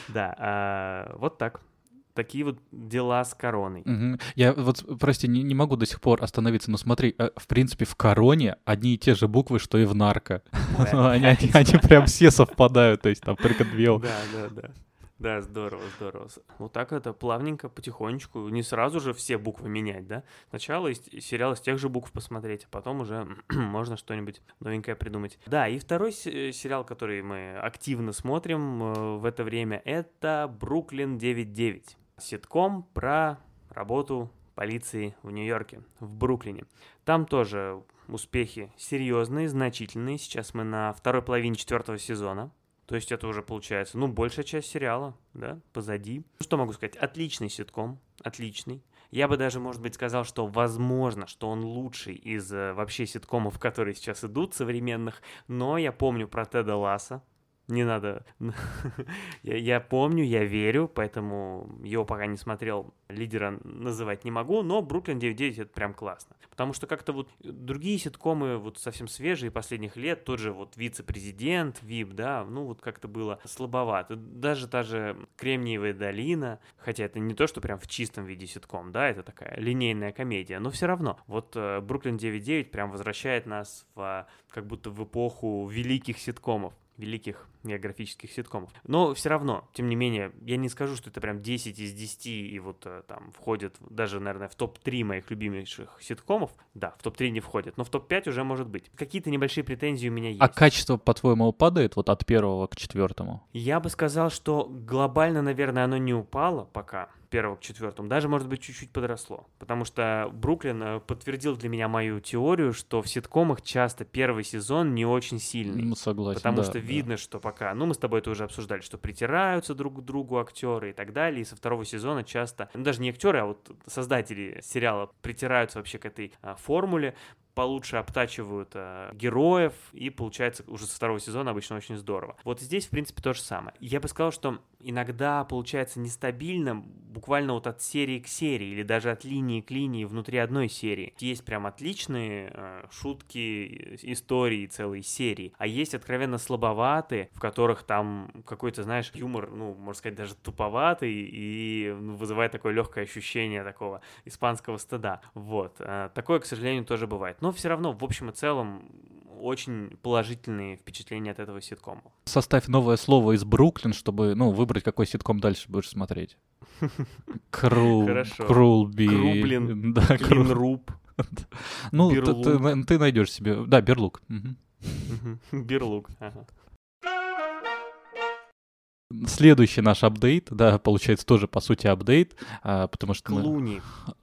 S2: Да, вот так. Такие вот дела с «Короной».
S1: Угу. Я вот, прости, не могу до сих пор остановиться, но смотри, в принципе, в «Короне» одни и те же буквы, что и в «Нарко». Они прям все совпадают, то есть там только две.
S2: Да. Да, здорово. Вот так это плавненько, потихонечку, не сразу же все буквы менять, да? Сначала сериал из тех же букв посмотреть, а потом уже можно что-нибудь новенькое придумать. Да, и второй сериал, который мы активно смотрим в это время, это «Бруклин 9-9». Ситком про работу полиции в Нью-Йорке, в Бруклине. Там тоже успехи серьезные, значительные. Сейчас мы на второй половине 4-го сезона. То есть это уже получается, большая часть сериала, да, позади. Что могу сказать? Отличный ситком, отличный. Я бы даже, может быть, сказал, что возможно, что он лучший из вообще ситкомов, которые сейчас идут, современных. Но я помню про Теда Ласса. Не надо. Я помню, я верю, поэтому его пока не смотрел, лидера называть не могу, но «Бруклин 9-9» это прям классно. Потому что как-то вот другие ситкомы вот совсем свежие, последних лет, тот же вот «Вице-президент», «ВИП», да, вот как-то было слабовато. Даже та же «Кремниевая долина», хотя это не то, что прям в чистом виде ситком, да, это такая линейная комедия, но все равно. Вот «Бруклин 9-9» прям возвращает нас как будто в эпоху великих ситкомов. Великих географических ситкомов. Но все равно, тем не менее, я не скажу, что это прям 10 из 10 и вот там входит даже, наверное, в топ-3 моих любимейших ситкомов. Да, в топ-3 не входит, но в топ-5 уже может быть. Какие-то небольшие претензии у меня есть.
S1: А качество, по-твоему, падает вот от 1 к 4?
S2: Я бы сказал, что глобально, наверное, оно не упало пока. 1 к 4, даже, может быть, чуть-чуть подросло. Потому что «Бруклин» подтвердил для меня мою теорию, что в ситкомах часто первый сезон не очень сильный.
S1: Согласен,
S2: потому что видно, что пока, мы с тобой это уже обсуждали, что притираются друг к другу актеры и так далее, и со второго сезона часто, даже не актеры, а вот создатели сериала притираются вообще к этой формуле, получше обтачивают героев, и получается уже со второго сезона обычно очень здорово. Вот здесь, в принципе, то же самое. Я бы сказал, что иногда получается нестабильно, буквально вот от серии к серии, или даже от линии к линии внутри одной серии. Есть прям отличные шутки, истории целой серии, а есть откровенно слабоватые, в которых там какой-то, знаешь, юмор, можно сказать, даже туповатый, и вызывает такое легкое ощущение такого испанского стыда. Вот. Такое, к сожалению, тоже бывает. Но все равно, в общем и целом, очень положительные впечатления от этого ситкома.
S1: Составь новое слово из «Бруклин», чтобы, выбрать, какой ситком дальше будешь смотреть. Крулби.
S2: Крублин. Да, Клинруб.
S1: Ты найдешь себе... Да, Берлук.
S2: Берлук, ага.
S1: Следующий наш апдейт, да, получается тоже, по сути, апдейт, потому что...
S2: Клуни.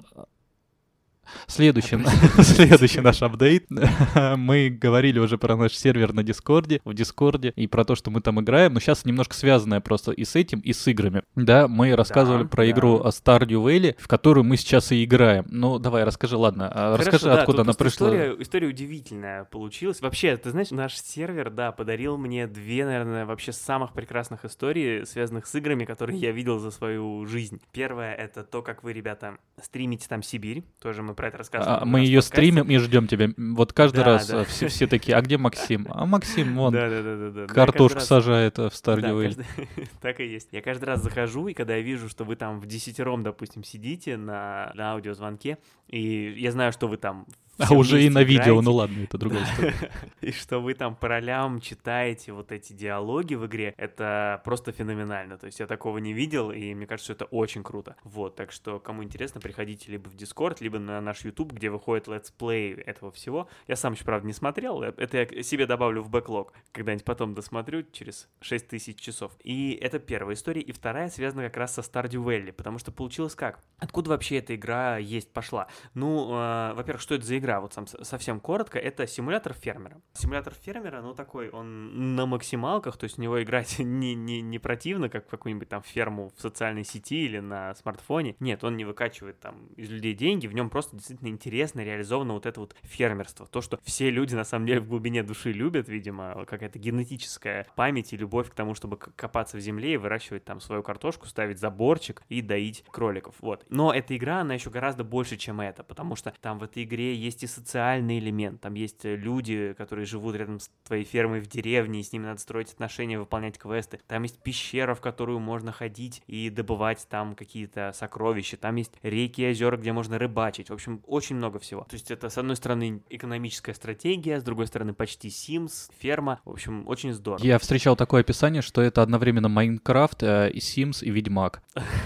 S1: Следующий наш апдейт. Мы говорили уже про наш сервер в Дискорде, и про то, что мы там играем, но сейчас немножко связанное просто и с этим, и с играми. Да, мы рассказывали про игру Stardew Valley, в которую мы сейчас и играем. Давай, расскажи, ладно. Расскажи, откуда она пришла.
S2: История удивительная получилась. Вообще, ты знаешь, наш сервер, да, подарил мне 2, наверное, вообще самых прекрасных историй, связанных с играми, которые я видел за свою жизнь. Первое — это то, как вы, ребята, стримите там Сибирь. Тоже мы про это рассказывали.
S1: Мы ее стримим и ждем тебя. Вот каждый раз все такие, а где Максим? А Максим, вон, картошку сажает в Stardew Valley.
S2: Так и есть. Я каждый раз захожу, и когда я вижу, что вы там в 10-ром, допустим, сидите на аудиозвонке, и я знаю, что вы там
S1: уже и на видео, ладно, это другая история.
S2: И что вы там по ролям читаете вот эти диалоги в игре, это просто феноменально. То есть я такого не видел, и мне кажется, что это очень круто. Вот, так что, кому интересно, приходите либо в Discord, либо на наш YouTube, где выходит летсплей этого всего. Я сам еще, правда, не смотрел, это я себе добавлю в бэклог, когда-нибудь потом досмотрю через 6000 часов. И это первая история. И вторая связана как раз со Stardew Valley, потому что получилось как? Откуда вообще эта игра пошла? Во-первых, что это за игра? Вот совсем коротко, это симулятор фермера. Симулятор фермера, такой, он на максималках, то есть в него играть не противно, как в какую-нибудь там ферму в социальной сети или на смартфоне. Нет, он не выкачивает там из людей деньги, в нем просто действительно интересно реализовано вот это вот фермерство. То, что все люди на самом деле в глубине души любят, видимо, какая-то генетическая память и любовь к тому, чтобы копаться в земле и выращивать там свою картошку, ставить заборчик и доить кроликов. Вот. Но эта игра, она еще гораздо больше, чем это, потому что там в этой игре есть есть и социальный элемент, там есть люди, которые живут рядом с твоей фермой в деревне, и с ними надо строить отношения, выполнять квесты. Там есть пещера, в которую можно ходить и добывать там какие-то сокровища. Там есть реки и озера, где можно рыбачить. В общем, очень много всего. То есть это, с одной стороны, экономическая стратегия, с другой стороны, почти Sims, ферма. В общем, очень здорово.
S1: Я встречал такое описание, что это одновременно Майнкрафт, и Sims, и Ведьмак.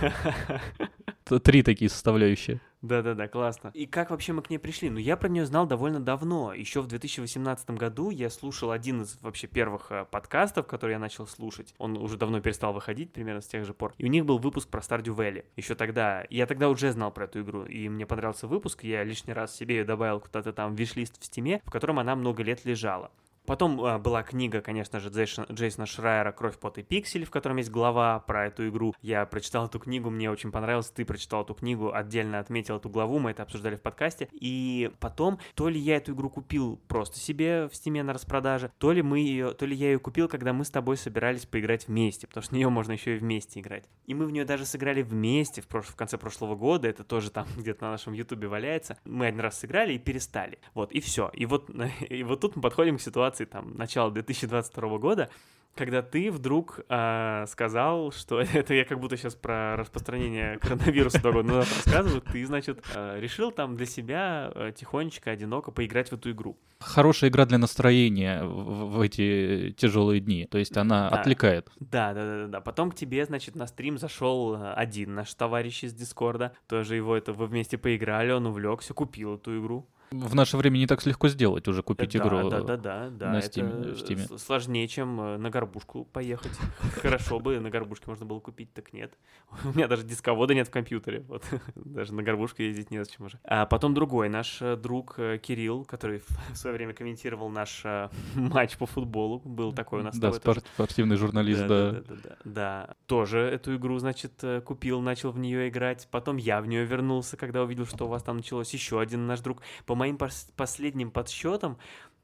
S1: 3 такие составляющие.
S2: Да-да-да, классно. И как вообще мы к ней пришли? Ну, я про нее знал довольно давно. Еще в 2018 году я слушал один из вообще первых подкастов, который я начал слушать. Он уже давно перестал выходить, примерно с тех же пор. И у них был выпуск про Stardew Valley. Еще тогда. Я тогда уже знал про эту игру. И мне понравился выпуск. Я лишний раз себе ее добавил куда-то там в виш-лист в Стиме, в котором она много лет лежала. Потом была книга, конечно же, Джейсона Шрайера «Кровь, пот и пиксели», в котором есть глава про эту игру. Я прочитал эту книгу, мне очень понравилось. Ты прочитал эту книгу, отдельно отметил эту главу, мы это обсуждали в подкасте. И потом, то ли я эту игру купил просто себе в Стиме на распродаже, то ли я ее купил, когда мы с тобой собирались поиграть вместе, потому что в нее можно еще и вместе играть. И мы в нее даже сыграли вместе в конце прошлого года, это тоже там где-то на нашем ютубе валяется. Мы один раз сыграли и перестали. Вот, и все. И вот тут мы подходим к ситуации там начала 2022 года, когда ты вдруг сказал, что это я как будто сейчас про распространение коронавируса назад рассказываю, ты, значит, решил там для себя тихонечко, одиноко поиграть в эту игру.
S1: Хорошая игра для настроения в эти тяжелые дни, то есть она отвлекает.
S2: Да. Потом к тебе, значит, на стрим зашел один наш товарищ из Дискорда, тоже вы вместе поиграли, он увлекся, купил эту игру.
S1: В наше время не так легко сделать, уже купить игру
S2: да.
S1: на Steam.
S2: Это сложнее, чем на горбушку поехать. Хорошо бы, на горбушке можно было купить, так нет. У меня даже дисковода нет в компьютере. Вот. Даже на горбушку ездить не зачем уже. А потом другой наш друг Кирилл, который в свое время комментировал наш матч по футболу. Был такой у нас.
S1: Да, спортивный журналист,
S2: да. Тоже эту игру, значит, купил, начал в нее играть. Потом я в нее вернулся, когда увидел, что у вас там началось. Еще один наш друг. По моим последним подсчетам,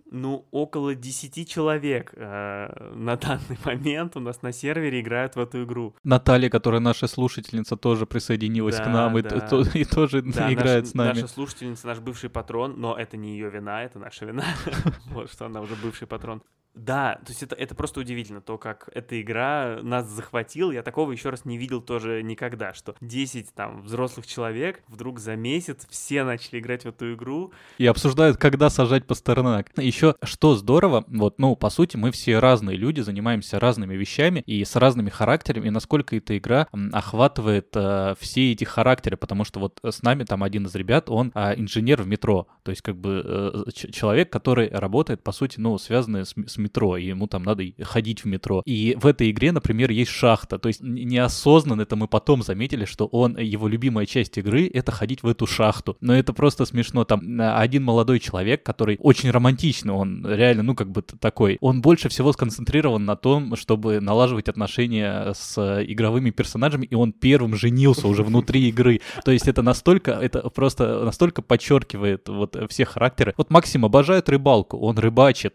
S2: около 10 человек на данный момент у нас на сервере играют в эту игру.
S1: Наталья, которая наша слушательница, тоже присоединилась к нам и тоже играет с нами.
S2: Наша слушательница, наш бывший патрон, но это не ее вина, это наша вина. Вот что она уже бывший патрон. Да, то есть это просто удивительно, то, как эта игра нас захватила. Я такого еще раз не видел тоже никогда, что 10 там взрослых человек вдруг за месяц все начали играть в эту игру.
S1: И обсуждают, когда сажать Пастернак. Еще что здорово, по сути, мы все разные люди, занимаемся разными вещами и с разными характерами, и насколько эта игра охватывает все эти характеры, потому что с нами там один из ребят, он инженер в метро, то есть человек, который работает, по сути, связанный с метро, и ему там надо ходить в метро. И в этой игре, например, есть шахта, то есть неосознанно это мы потом заметили, что его любимая часть игры — это ходить в эту шахту. Но это просто смешно. Там один молодой человек, который очень романтичный, он реально, такой, он больше всего сконцентрирован на том, чтобы налаживать отношения с игровыми персонажами, и он первым женился уже внутри игры. То есть это просто настолько подчеркивает все характеры. Максим обожает рыбалку, он рыбачит.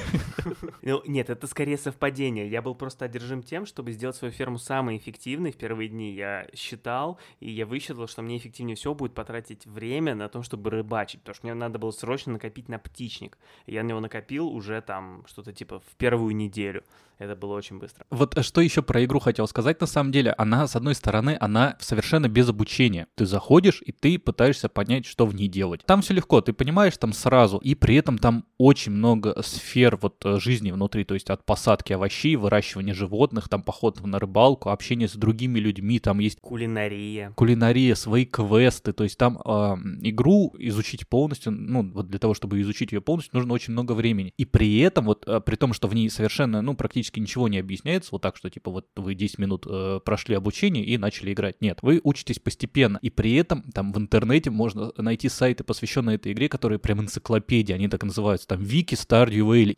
S2: Нет, это скорее совпадение. Я был просто одержим тем, чтобы сделать свою ферму самой эффективной в первые дни. Я считал, и я высчитал, что мне эффективнее всего будет потратить время на то, чтобы рыбачить, потому что мне надо было срочно накопить на птичник. Я на него накопил уже там что-то типа в первую неделю. Это было очень быстро.
S1: Что еще про игру хотел сказать, на самом деле, она, с одной стороны, она совершенно без обучения. Ты заходишь, и ты пытаешься понять, что в ней делать. Там все легко, ты понимаешь там сразу, и при этом там очень много сфер жизни внутри, то есть от посадки овощей, выращивания животных, там походов на рыбалку, общение с другими людьми, там есть кулинария, свои квесты, то есть там игру изучить полностью, для того, чтобы изучить ее полностью, нужно очень много времени. И при этом, при том, что в ней совершенно, практически ничего не объясняется, так, что вы 10 минут прошли обучение и начали играть. Нет, вы учитесь постепенно. И при этом там в интернете можно найти сайты, посвященные этой игре, которые прям энциклопедии, они так называются, там Вики Stardew Valley, там столько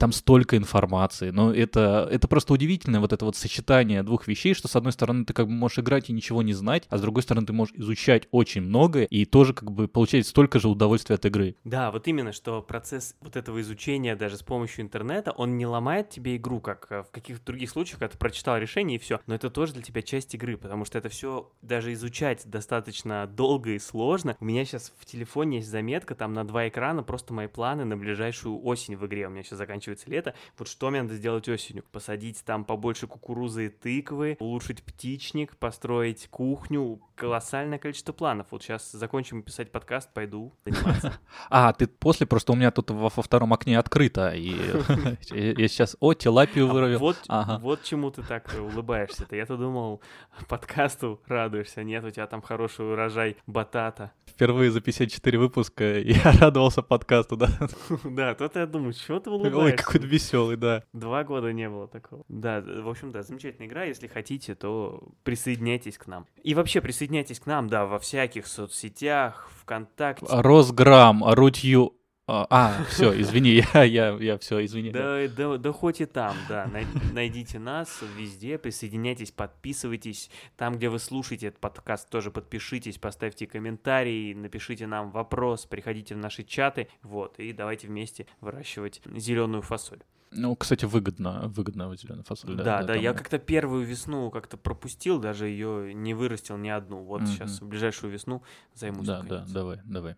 S1: столько информации. Но это просто удивительное вот это вот сочетание двух вещей, что с одной стороны ты как бы можешь играть и ничего не знать, а с другой стороны ты можешь изучать очень многое и тоже как бы получать столько же удовольствия от игры.
S2: Да, вот именно, что процесс вот этого изучения даже с помощью интернета, он не ломает тебе игру, как в каких-то других случаях, когда ты прочитал решение и все, но это тоже для тебя часть игры, потому что это все даже изучать достаточно долго и сложно. У меня сейчас в телефоне есть заметка, там на 2 экрана просто мои планы на ближайшую осень в игре. У меня сейчас заканчивается лето. Вот что мне надо сделать осенью? Посадить там побольше кукурузы и тыквы, улучшить птичник, построить кухню. Колоссальное количество планов. Вот сейчас закончим писать подкаст, пойду заниматься.
S1: Ты после, просто у меня тут во втором окне открыто, и я сейчас, тилапию вырвал.
S2: Вот чему ты так улыбаешься-то. Я-то думал, подкасту радуешься. Нет, у тебя там хороший урожай батата.
S1: Впервые за 54 выпуска я радовался подкасту, да?
S2: Да, то-то я думаю, чего ты улыбаешься?
S1: Ой, какой-то веселый, да.
S2: 2 года не было такого. Да, в общем, да, замечательная игра. Если хотите, то присоединяйтесь к нам. И вообще присоединяйтесь к нам, да, во всяких соцсетях, ВКонтакте.
S1: Росграм, Рутью. Все, извини, я все, извини.
S2: Да хоть и там, да, найдите нас везде, присоединяйтесь, подписывайтесь. Там, где вы слушаете этот подкаст, тоже подпишитесь, поставьте комментарий, напишите нам вопрос, приходите в наши чаты, вот, и давайте вместе выращивать зеленую фасоль.
S1: Ну, кстати, выгодно зеленая фасоль.
S2: Да, я как-то первую весну как-то пропустил, даже ее не вырастил ни одну. Вот сейчас в ближайшую весну займусь.
S1: Да, давай.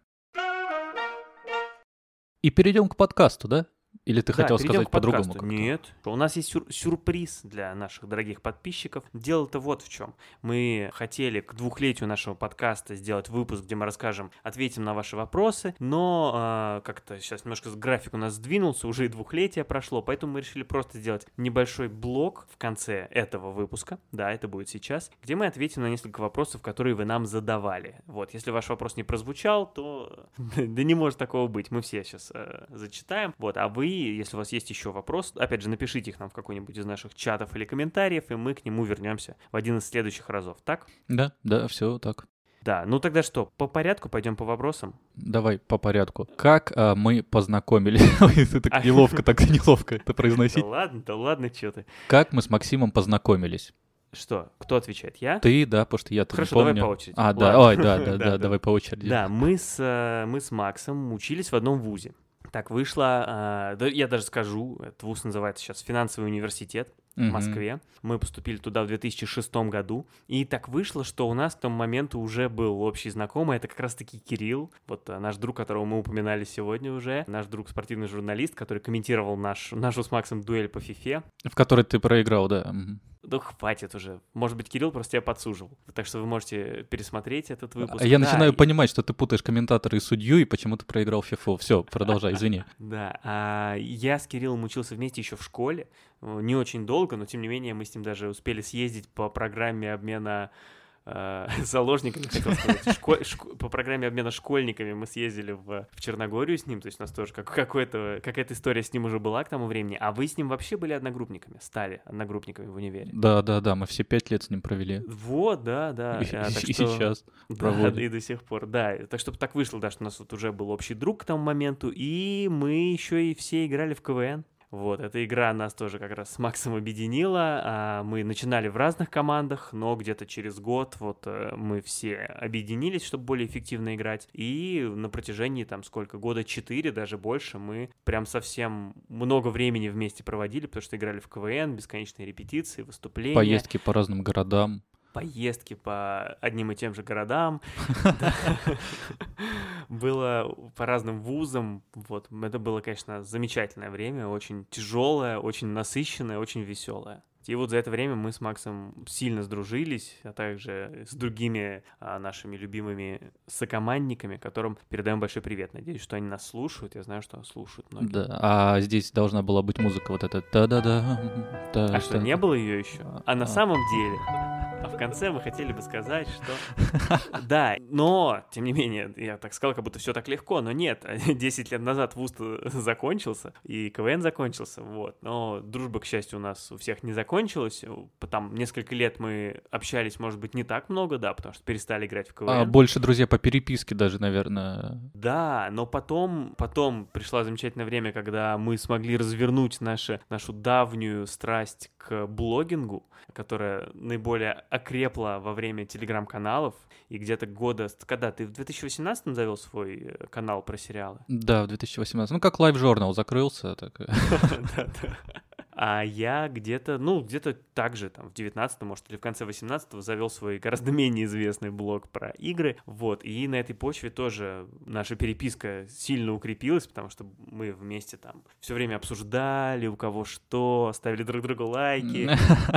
S1: И перейдем к подкасту, да? Или ты хотел сказать по-другому?
S2: Нет. У нас есть сюрприз для наших дорогих подписчиков. Дело-то вот в чем. Мы хотели к 2-летию нашего подкаста сделать выпуск, где мы расскажем, ответим на ваши вопросы, но как-то сейчас немножко график у нас сдвинулся, уже и 2-летие прошло, поэтому мы решили просто сделать небольшой блок в конце этого выпуска, да, это будет сейчас, где мы ответим на несколько вопросов, которые вы нам задавали. Вот, если ваш вопрос не прозвучал, то да не может такого быть, мы все сейчас зачитаем. Вот, а вы, если у вас есть еще вопрос, опять же, напишите их нам в какой-нибудь из наших чатов или комментариев, и мы к нему вернемся в один из следующих разов, так?
S1: Да, все так.
S2: Да, ну тогда что, по порядку пойдем по вопросам?
S1: Давай по порядку. Как мы познакомились? Ты так неловко это произносить.
S2: Да ладно, что ты.
S1: Как мы с Максимом познакомились?
S2: Что? Кто отвечает? Я?
S1: Ты, да, потому что я-то
S2: Хорошо,
S1: не помню.
S2: давай по очереди.
S1: Да, давай по очереди.
S2: Да, мы с Максом учились в одном вузе. Так вышло, я даже скажу, этот вуз называется сейчас финансовый университет в Москве. Мы поступили туда в 2006 году. И так вышло, что у нас к тому моменту уже был общий знакомый. Это как раз-таки Кирилл, вот наш друг, которого мы упоминали сегодня уже. Наш друг, спортивный журналист, который комментировал нашу с Максом дуэль по фифе.
S1: В которой ты проиграл, да.
S2: Да хватит уже. Может быть, Кирилл просто тебя подсуживал. Так что вы можете пересмотреть этот выпуск.
S1: Я начинаю понимать, что ты путаешь комментатора и судью, и почему-то проиграл фифу. Все, продолжай, извини.
S2: Да, я с Кириллом учился вместе еще в школе. Не очень долго, но тем не менее мы с ним даже успели съездить по программе обмена заложниками, хотел сказать, по программе обмена школьниками мы съездили в Черногорию с ним, то есть у нас тоже какая-то история с ним уже была к тому времени, а вы с ним вообще были одногруппниками, стали одногруппниками в универе.
S1: Да, мы все 5 лет с ним провели.
S2: Вот, да.
S1: И сейчас проводим.
S2: Да, и до сих пор, да. Так что так вышло, да, что у нас вот уже был общий друг к тому моменту, и мы еще и все играли в КВН. Вот, эта игра нас тоже как раз с Максом объединила. Мы начинали в разных командах, но где-то через год вот мы все объединились, чтобы более эффективно играть. И на протяжении там года 4, даже больше, мы прям совсем много времени вместе проводили, потому что играли в КВН, бесконечные репетиции, выступления.
S1: Поездки по разным городам.
S2: Поездки по одним и тем же городам. Было по разным вузам. Вот. Это было, конечно, замечательное время, очень тяжелое, очень насыщенное, очень веселое. И вот за это время мы с Максом сильно сдружились, а также с другими нашими любимыми сокомандниками, которым передаем большой привет. Надеюсь, что они нас слушают. Я знаю, что слушают многие.
S1: Да, а здесь должна была быть музыка вот эта та-да-да.
S2: А что, не было ее еще? А на самом деле... в конце мы хотели бы сказать, что... Да, но, тем не менее, я так сказал, как будто все так легко, но нет. 10 лет назад ВУЗ закончился, и КВН закончился, вот. Но дружба, к счастью, у нас у всех не закончилась. Там несколько лет мы общались, может быть, не так много, да, потому что перестали играть в КВН.
S1: Больше друзья по переписке даже, наверное.
S2: Да, но потом пришло замечательное время, когда мы смогли развернуть нашу давнюю страсть к блогингу, которая наиболее окрепла во время телеграм-каналов, и где-то когда ты в 2018-м завел свой канал про сериалы?
S1: Да, в 2018. Ну, как Live Journal закрылся.
S2: Да-да. А я где-то так же, там, в 19-м, может, или в конце 18-го завел свой гораздо менее известный блог про игры, вот, и на этой почве тоже наша переписка сильно укрепилась, потому что мы вместе там все время обсуждали, у кого что, ставили друг другу лайки.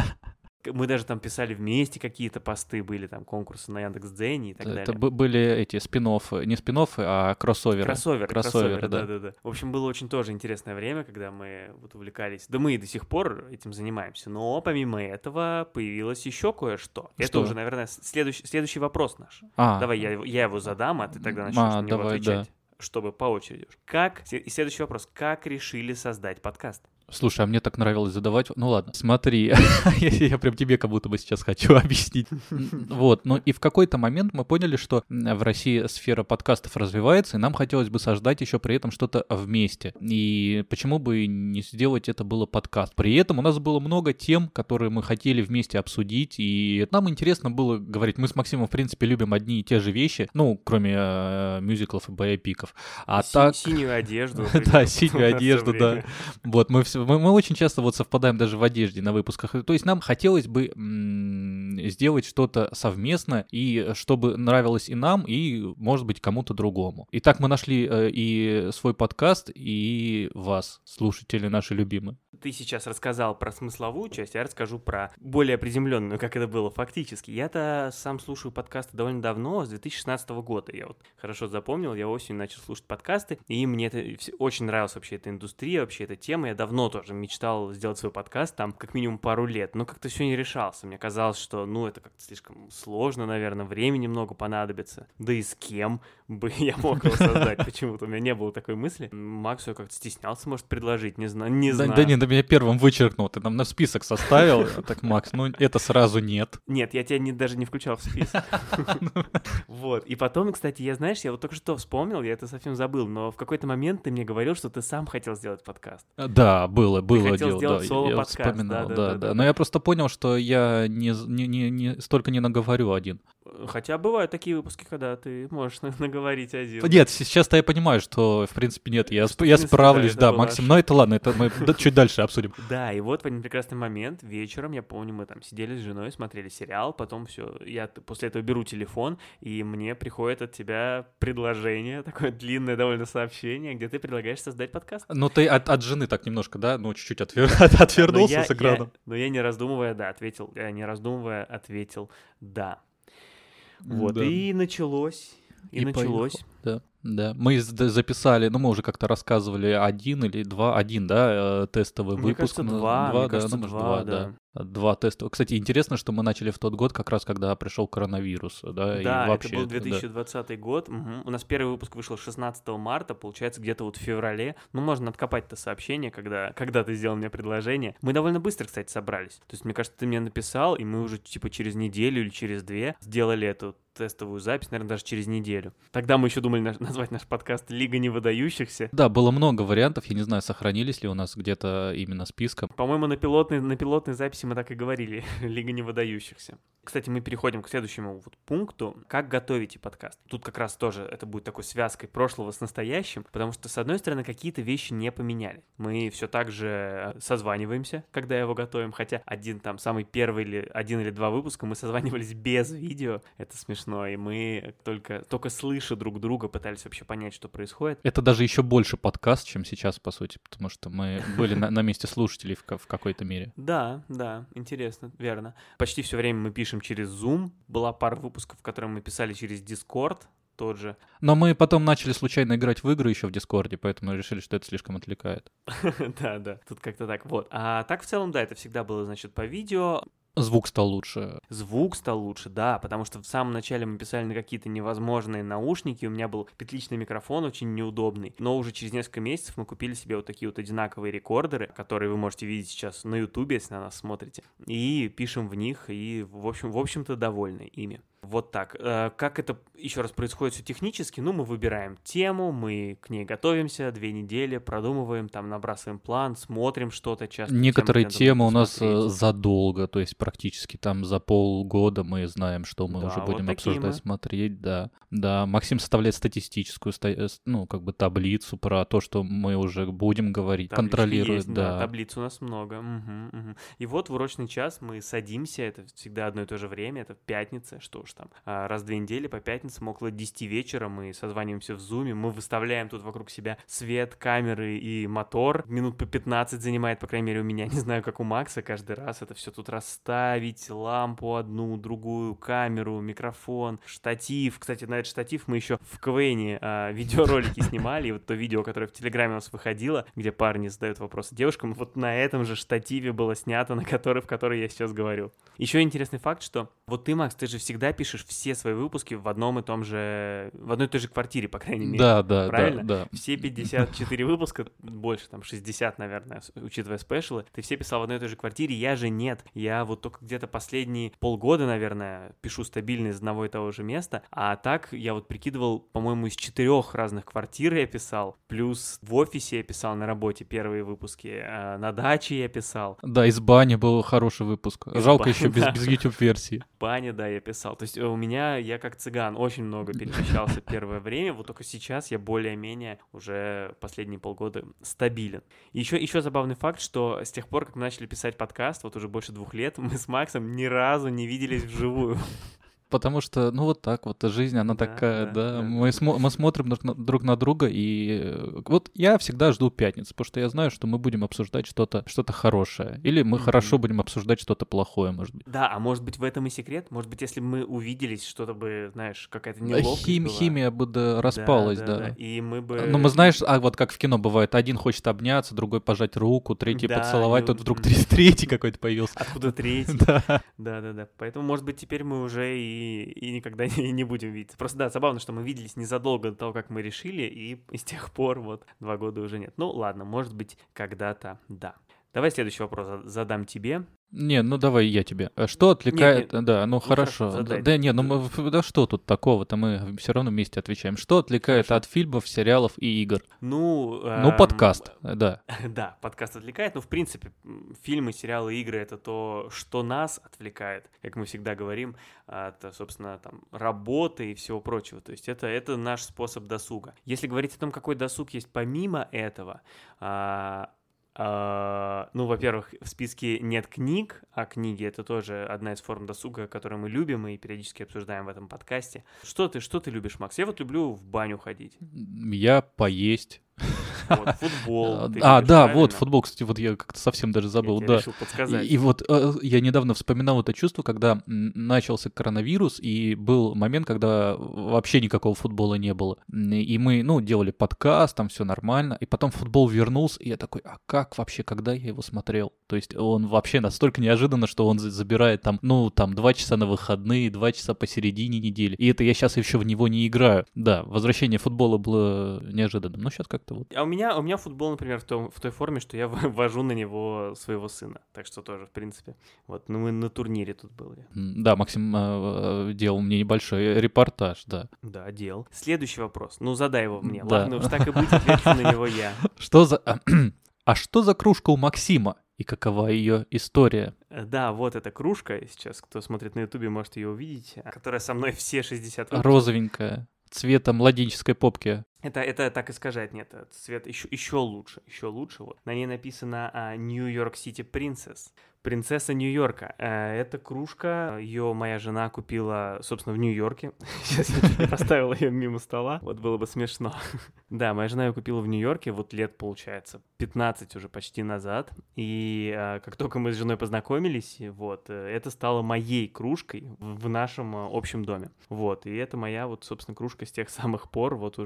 S2: Мы даже там писали вместе какие-то посты, были там конкурсы на Яндекс.Дзене и так далее.
S1: Это были эти спин-оффы, не спин-оффы, а кроссоверы. Кроссоверы,
S2: да. В общем, было очень тоже интересное время, когда мы вот увлекались. Да мы и до сих пор этим занимаемся. Но помимо этого появилось еще кое-что. Это уже, наверное, следующий вопрос наш. Давай я его задам, а ты тогда начнешь на него отвечать. Да. Чтобы по очереди. И следующий вопрос. Как решили создать подкаст?
S1: Слушай, а мне так нравилось задавать... Ну ладно, смотри, я прям тебе как будто бы сейчас хочу объяснить. Вот, ну и в какой-то момент мы поняли, что в России сфера подкастов развивается, и нам хотелось бы создать еще при этом что-то вместе. И почему бы не сделать это было подкаст? При этом у нас было много тем, которые мы хотели вместе обсудить, и нам интересно было говорить. Мы с Максимом, в принципе, любим одни и те же вещи, ну, кроме мюзиклов и боепиков.
S2: Синюю одежду.
S1: Да, синюю одежду, да. Вот, мы очень часто вот совпадаем даже в одежде на выпусках. То есть нам хотелось бы сделать что-то совместно, и чтобы нравилось и нам, и, может быть, кому-то другому. И так мы нашли и свой подкаст, и вас, слушатели наши любимые.
S2: Ты сейчас рассказал про смысловую часть, я расскажу про более приземленную, как это было фактически. Я-то сам слушаю подкасты довольно давно, с 2016 года. Я вот хорошо запомнил, я осенью начал слушать подкасты, и мне это очень нравилась вообще эта индустрия, вообще эта тема. Я давно тоже мечтал сделать свой подкаст, там, как минимум пару лет, но как-то все не решался. Мне казалось, что, это как-то слишком сложно, наверное, времени много понадобится. Да и с кем бы я мог его создать? Почему-то у меня не было такой мысли. Максу я как-то стеснялся, может, предложить, не знаю.
S1: Да нет, меня первым вычеркнул, ты нам на список составил, так, Макс, это сразу нет.
S2: Нет, я тебя даже не включал в список. Вот, и потом, кстати, я вот только что вспомнил, я это совсем забыл, но в какой-то момент ты мне говорил, что ты сам хотел сделать подкаст.
S1: Да, было
S2: дело. Ты хотел
S1: сделать
S2: соло-подкаст,
S1: да. Но я просто понял, что я не столько не наговорю один.
S2: Хотя бывают такие выпуски, когда ты можешь наговорить один.
S1: Нет, сейчас-то я понимаю, что, в принципе, нет, я справлюсь, да, Максим, но это ладно, это мы чуть дальше обсудим.
S2: Да, и вот в один прекрасный момент вечером, я помню, мы там сидели с женой, смотрели сериал, потом все, я после этого беру телефон, и мне приходит от тебя предложение, такое длинное довольно сообщение, где ты предлагаешь создать подкаст.
S1: Ну, ты от жены так немножко, да, чуть-чуть отвернулся с экрана.
S2: Но я не раздумывая, ответил «да». Вот, да. И началось.
S1: Да. Мы записали, мы уже как-то рассказывали один, да, тестовый выпуск.
S2: Мне кажется, два, да.
S1: Два тестовых. Кстати, интересно, что мы начали в тот год, как раз когда пришел коронавирус, да, и вообще.
S2: Это был 2020 год. Угу. У нас первый выпуск вышел 16 марта, получается, где-то вот в феврале. Можно откопать-то сообщение, когда ты сделал мне предложение. Мы довольно быстро, кстати, собрались. То есть, мне кажется, ты мне написал, и мы уже через неделю или через две сделали эту тестовую запись, наверное, даже через неделю. Тогда мы еще думали назвать наш подкаст «Лига невыдающихся».
S1: Да, было много вариантов, я не знаю, сохранились ли у нас где-то именно списком.
S2: По-моему, на пилотной записи мы так и говорили, «Лига невыдающихся». Кстати, мы переходим к следующему пункту. Как готовите подкаст? Тут как раз тоже это будет такой связкой прошлого с настоящим, потому что, с одной стороны, какие-то вещи не поменяли. Мы все так же созваниваемся, когда его готовим, хотя самый первый один или два выпуска мы созванивались без видео. Это смешно, и мы только слыша друг друга пытались вообще понять, что происходит.
S1: Это даже еще больше подкаст, чем сейчас, по сути, потому что мы были на месте слушателей в какой-то мере.
S2: Да, интересно, верно. Почти все время мы пишем через Zoom. Была пара выпусков, в которых мы писали через Discord тот же.
S1: Но мы потом начали случайно играть в игры еще в Дискорде, поэтому решили, что это слишком отвлекает.
S2: Да, тут как-то так. Вот. А так в целом, да, это всегда было, значит, по видео.
S1: Звук стал лучше.
S2: Звук стал лучше, да, потому что в самом начале мы писали на какие-то невозможные наушники, у меня был петличный микрофон очень неудобный, но уже через несколько месяцев мы купили себе вот такие вот одинаковые рекордеры, которые вы можете видеть сейчас на Ютубе, если на нас смотрите, и пишем в них, и в общем-то довольны ими. Вот так. Как это еще раз происходит все технически? Ну, мы выбираем тему, мы к ней готовимся 2 недели, продумываем, там набрасываем план, смотрим что-то часто.
S1: Некоторые темы у нас задолго, то есть практически там за полгода мы знаем, что мы уже будем обсуждать, смотреть, да. Да, Максим составляет статистическую, таблицу про то, что мы уже будем говорить, контролирует.
S2: Есть, да, таблиц у нас много. И вот в урочный час мы садимся, это всегда одно и то же время, это пятница, что уж там, раз в 2 недели по пятницам около 10 вечера мы созваниваемся в зуме, мы выставляем тут вокруг себя свет, камеры и мотор, минут по 15 занимает, по крайней мере, у меня, не знаю, как у Макса, каждый раз это все тут расставить, лампу одну, другую, камеру, микрофон, штатив. Кстати, на этот штатив мы еще в КВНе видеоролики снимали, и вот то видео, которое в Телеграме у нас выходило, где парни задают вопросы девушкам, вот на этом же штативе было снято, в который я сейчас говорю. Еще интересный факт, что вот ты, Макс, ты же всегда пишешь все свои выпуски в одной и той же квартире, по крайней мере.
S1: Да,
S2: правильно?
S1: Да.
S2: Все 54 выпуска, больше, там, 60, наверное, учитывая спешлы, ты все писал в одной и той же квартире, я же нет. Я вот только где-то последние полгода, наверное, пишу стабильно из одного и того же места, а так я вот прикидывал, по-моему, из 4 разных квартир я писал, плюс в офисе я писал на работе первые выпуски, на даче я писал.
S1: Да, из бани был хороший выпуск. Жалко еще без YouTube-версии.
S2: Бани, да, я писал. То есть у меня, я как цыган, очень много перемещался первое время, вот только сейчас я более-менее уже последние полгода стабилен. Еще забавный факт, что с тех пор, как мы начали писать подкаст, вот уже больше 2 лет, мы с Максом ни разу не виделись вживую.
S1: Потому что, вот так вот, жизнь, она такая, да. Мы смотрим друг на друга, и вот я всегда жду пятницы, потому что я знаю, что мы будем обсуждать что-то хорошее. Или мы хорошо будем обсуждать что-то плохое, может быть.
S2: Да, а может быть в этом и секрет? Может быть, если бы мы увиделись, что-то бы, знаешь, какая-то неловкость была.
S1: Химия бы распалась, да.
S2: И мы бы...
S1: Ну, мы знаешь, вот как в кино бывает, один хочет обняться, другой пожать руку, третий поцеловать, тут вдруг третий какой-то появился.
S2: Откуда третий? Да. Поэтому, может быть, теперь мы уже и никогда не будем видеться. Просто, да, забавно, что мы виделись незадолго до того, как мы решили, и с тех пор вот 2 года уже нет. Ну, ладно, может быть, когда-то, да. Давай следующий вопрос задам тебе.
S1: Не, давай я тебе. Что отвлекает... Да, хорошо. Да что тут такого-то? Мы все равно вместе отвечаем. Что отвлекает от фильмов, сериалов и игр? Подкаст, да.
S2: Да, подкаст отвлекает. В принципе, фильмы, сериалы, игры — это то, что нас отвлекает, как мы всегда говорим, от, собственно, там, работы и всего прочего. То есть это наш способ досуга. Если говорить о том, какой досуг есть помимо этого... во-первых, в списке нет книг, а книги — это тоже одна из форм досуга, которую мы любим и периодически обсуждаем в этом подкасте. Что ты любишь, Макс? Я вот люблю в баню ходить.
S1: Я поесть.
S2: Вот, футбол.
S1: Футбол, кстати, вот я как-то совсем даже забыл.
S2: Я решил подсказать.
S1: И вот я недавно вспоминал это чувство, когда начался коронавирус, и был момент, когда вообще никакого футбола не было. И мы, делали подкаст, там все нормально, и потом футбол вернулся, и я такой, а как вообще, когда я его смотрел? То есть он вообще настолько неожиданно, что он забирает там 2 часа на выходные, 2 часа посередине недели. И это я сейчас еще в него не играю. Да, возвращение футбола было неожиданным, но сейчас как-то вот.
S2: А у меня футбол, например, в той форме, что я ввожу на него своего сына. Так что тоже, в принципе. Вот, мы на турнире тут были.
S1: Да, Максим делал мне небольшой репортаж, да.
S2: Да, делал. Следующий вопрос. Задай его мне. Да. Ладно, уж так и быть, отвечу на него я.
S1: А что за кружка у Максима? И какова ее история?
S2: Да, вот эта кружка, сейчас кто смотрит на Ютубе, может ее увидеть, которая со мной все 60 выпусков.
S1: Розовенькая, цвета младенческой попки.
S2: Это так искажает, нет, цвет еще лучше. Вот. На ней написано New York City Princess. Принцесса Нью-Йорка. Эта кружка, ее моя жена купила, собственно, в Нью-Йорке. Сейчас я чуть не поставил ее мимо стола. Вот было бы смешно. Да, моя жена ее купила в Нью-Йорке, вот лет, получается, 15 уже почти назад. И как только мы с женой познакомились, вот, это стало моей кружкой в нашем общем доме. Вот, и это моя, вот, собственно, кружка с тех самых пор, вот уже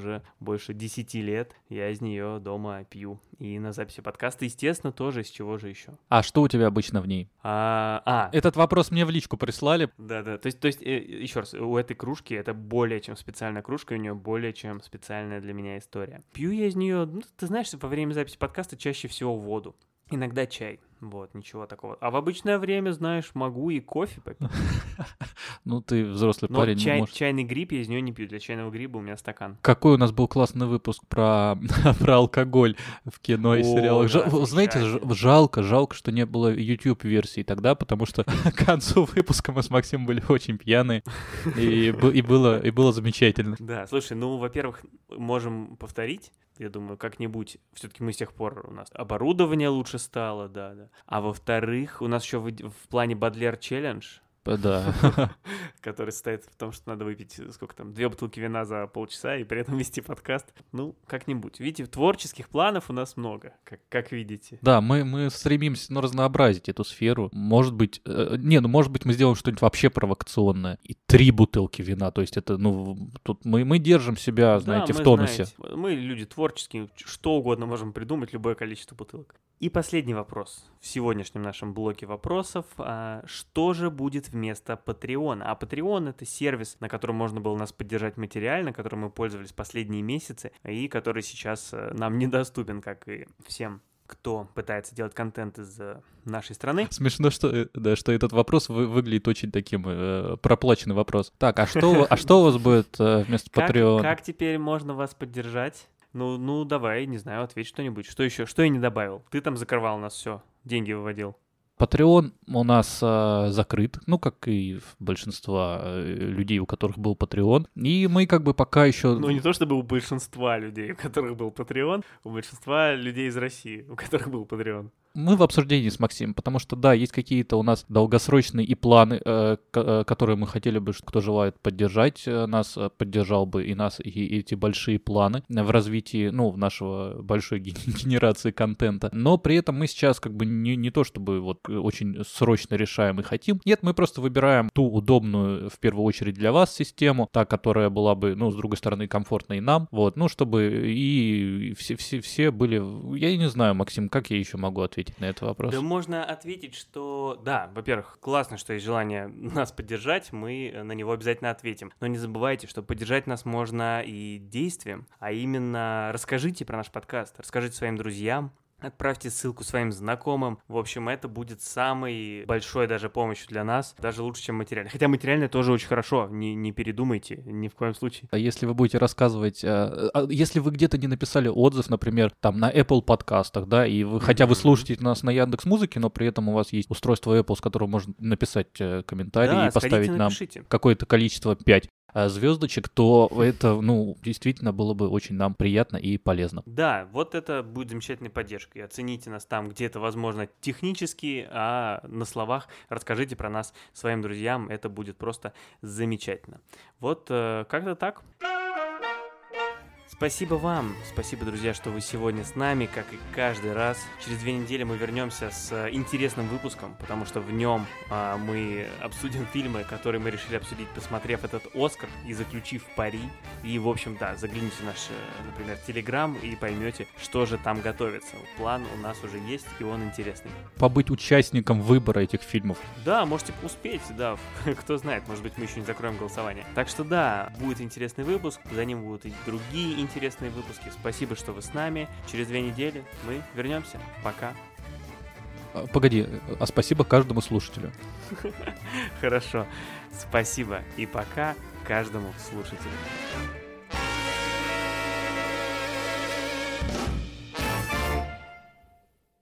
S2: больше 10 лет я из нее дома пью. И на записи подкаста, естественно, тоже из чего же еще.
S1: А что у тебя обычно в ней? Этот вопрос мне в личку прислали.
S2: Да-да, то есть еще раз, у этой кружки это более чем специальная кружка, у нее более чем специальная для меня история. Пью я из нее, ты знаешь, во время записи подкаста чаще всего воду. Иногда чай. Вот, ничего такого. А в обычное время, знаешь, могу и кофе попить.
S1: Ну, ты взрослый парень.
S2: Но чайный гриб я из нее не пью. Для чайного гриба у меня стакан.
S1: Какой у нас был классный выпуск про алкоголь в кино и сериалах. Знаете, жалко, что не было YouTube-версии тогда, потому что к концу выпуска мы с Максимом были очень пьяные, и было замечательно.
S2: Да, слушай, во-первых, можем повторить. Я думаю, как-нибудь, все-таки мы с тех пор, у нас оборудование лучше стало, да. А во-вторых, у нас еще в плане Бадлер челлендж,
S1: да.
S2: который состоит в том, что надо выпить, 2 бутылки вина за полчаса и при этом вести подкаст. Как-нибудь. Видите, творческих планов у нас много, как видите.
S1: Да, мы стремимся, разнообразить эту сферу. Может быть, мы сделаем что-нибудь вообще провокационное. И 3 бутылки вина, то есть это, тут мы держим себя, знаете, в тонусе.
S2: Знаете, мы люди творческие, что угодно можем придумать, любое количество бутылок. И последний вопрос в сегодняшнем нашем блоке вопросов. Что же будет вместо Патреона? А Patreon — это сервис, на котором можно было нас поддержать материально, которым мы пользовались последние месяцы, и который сейчас нам недоступен, как и всем, кто пытается делать контент из нашей страны.
S1: Смешно, что этот вопрос выглядит очень таким проплаченный вопрос. Так, а что у вас будет вместо Patreon?
S2: Как теперь можно вас поддержать? Давай, не знаю, ответь что-нибудь. Что еще? Что я не добавил? Ты там закрывал у нас все, деньги выводил.
S1: Patreon у нас закрыт, как и большинство людей, у которых был Patreon. И мы пока еще...
S2: Не то чтобы у большинства людей, у которых был Patreon, у большинства людей из России, у которых был Patreon.
S1: Мы в обсуждении с Максимом, потому что, да, есть какие-то у нас долгосрочные и планы, которые мы хотели бы, кто желает поддержать нас, поддержал бы и нас, и эти большие планы в развитии, в нашего большой генерации контента. Но при этом мы сейчас не то чтобы очень срочно решаем и хотим. Нет, мы просто выбираем ту удобную, в первую очередь для вас, систему, та, которая была бы, с другой стороны, комфортной и нам, чтобы и все были... Я не знаю, Максим, как я еще могу ответить на этот вопрос?
S2: Да можно ответить, что да, во-первых, классно, что есть желание нас поддержать, мы на него обязательно ответим. Но не забывайте, что поддержать нас можно и действием, а именно расскажите про наш подкаст, расскажите своим друзьям, отправьте ссылку своим знакомым. В общем, это будет самой большой даже помощью для нас, даже лучше, чем материальное. Хотя материальное тоже очень хорошо, не передумайте, ни в коем случае.
S1: А если вы будете рассказывать, если вы где-то не написали отзыв, например, там на Apple подкастах, да, и хотя вы слушаете нас на Яндекс.Музыке, но при этом у вас есть устройство Apple, с которого можно написать комментарий и поставить нам какое-то количество 5 звездочек, то это, действительно было бы очень нам приятно и полезно.
S2: Да, вот это будет замечательной поддержкой. Оцените нас там, где это возможно технически, а на словах расскажите про нас своим друзьям. Это будет просто замечательно. Вот как-то так. Спасибо вам, спасибо, друзья, что вы сегодня с нами, как и каждый раз. Через 2 недели мы вернемся с интересным выпуском, потому что в нем мы обсудим фильмы, которые мы решили обсудить, посмотрев этот «Оскар» и заключив пари. И, в общем, да, загляните в наш, например, Телеграм и поймете, что же там готовится. План у нас уже есть, и он интересный.
S1: Побыть участником выбора этих фильмов.
S2: Да, можете успеть, да, кто знает, может быть, мы еще не закроем голосование. Так что, да, будет интересный выпуск, за ним будут и другие интересные выпуски. Спасибо, что вы с нами. Через 2 недели мы вернемся. Пока.
S1: Погоди, а спасибо каждому слушателю.
S2: Хорошо. Спасибо и пока каждому слушателю.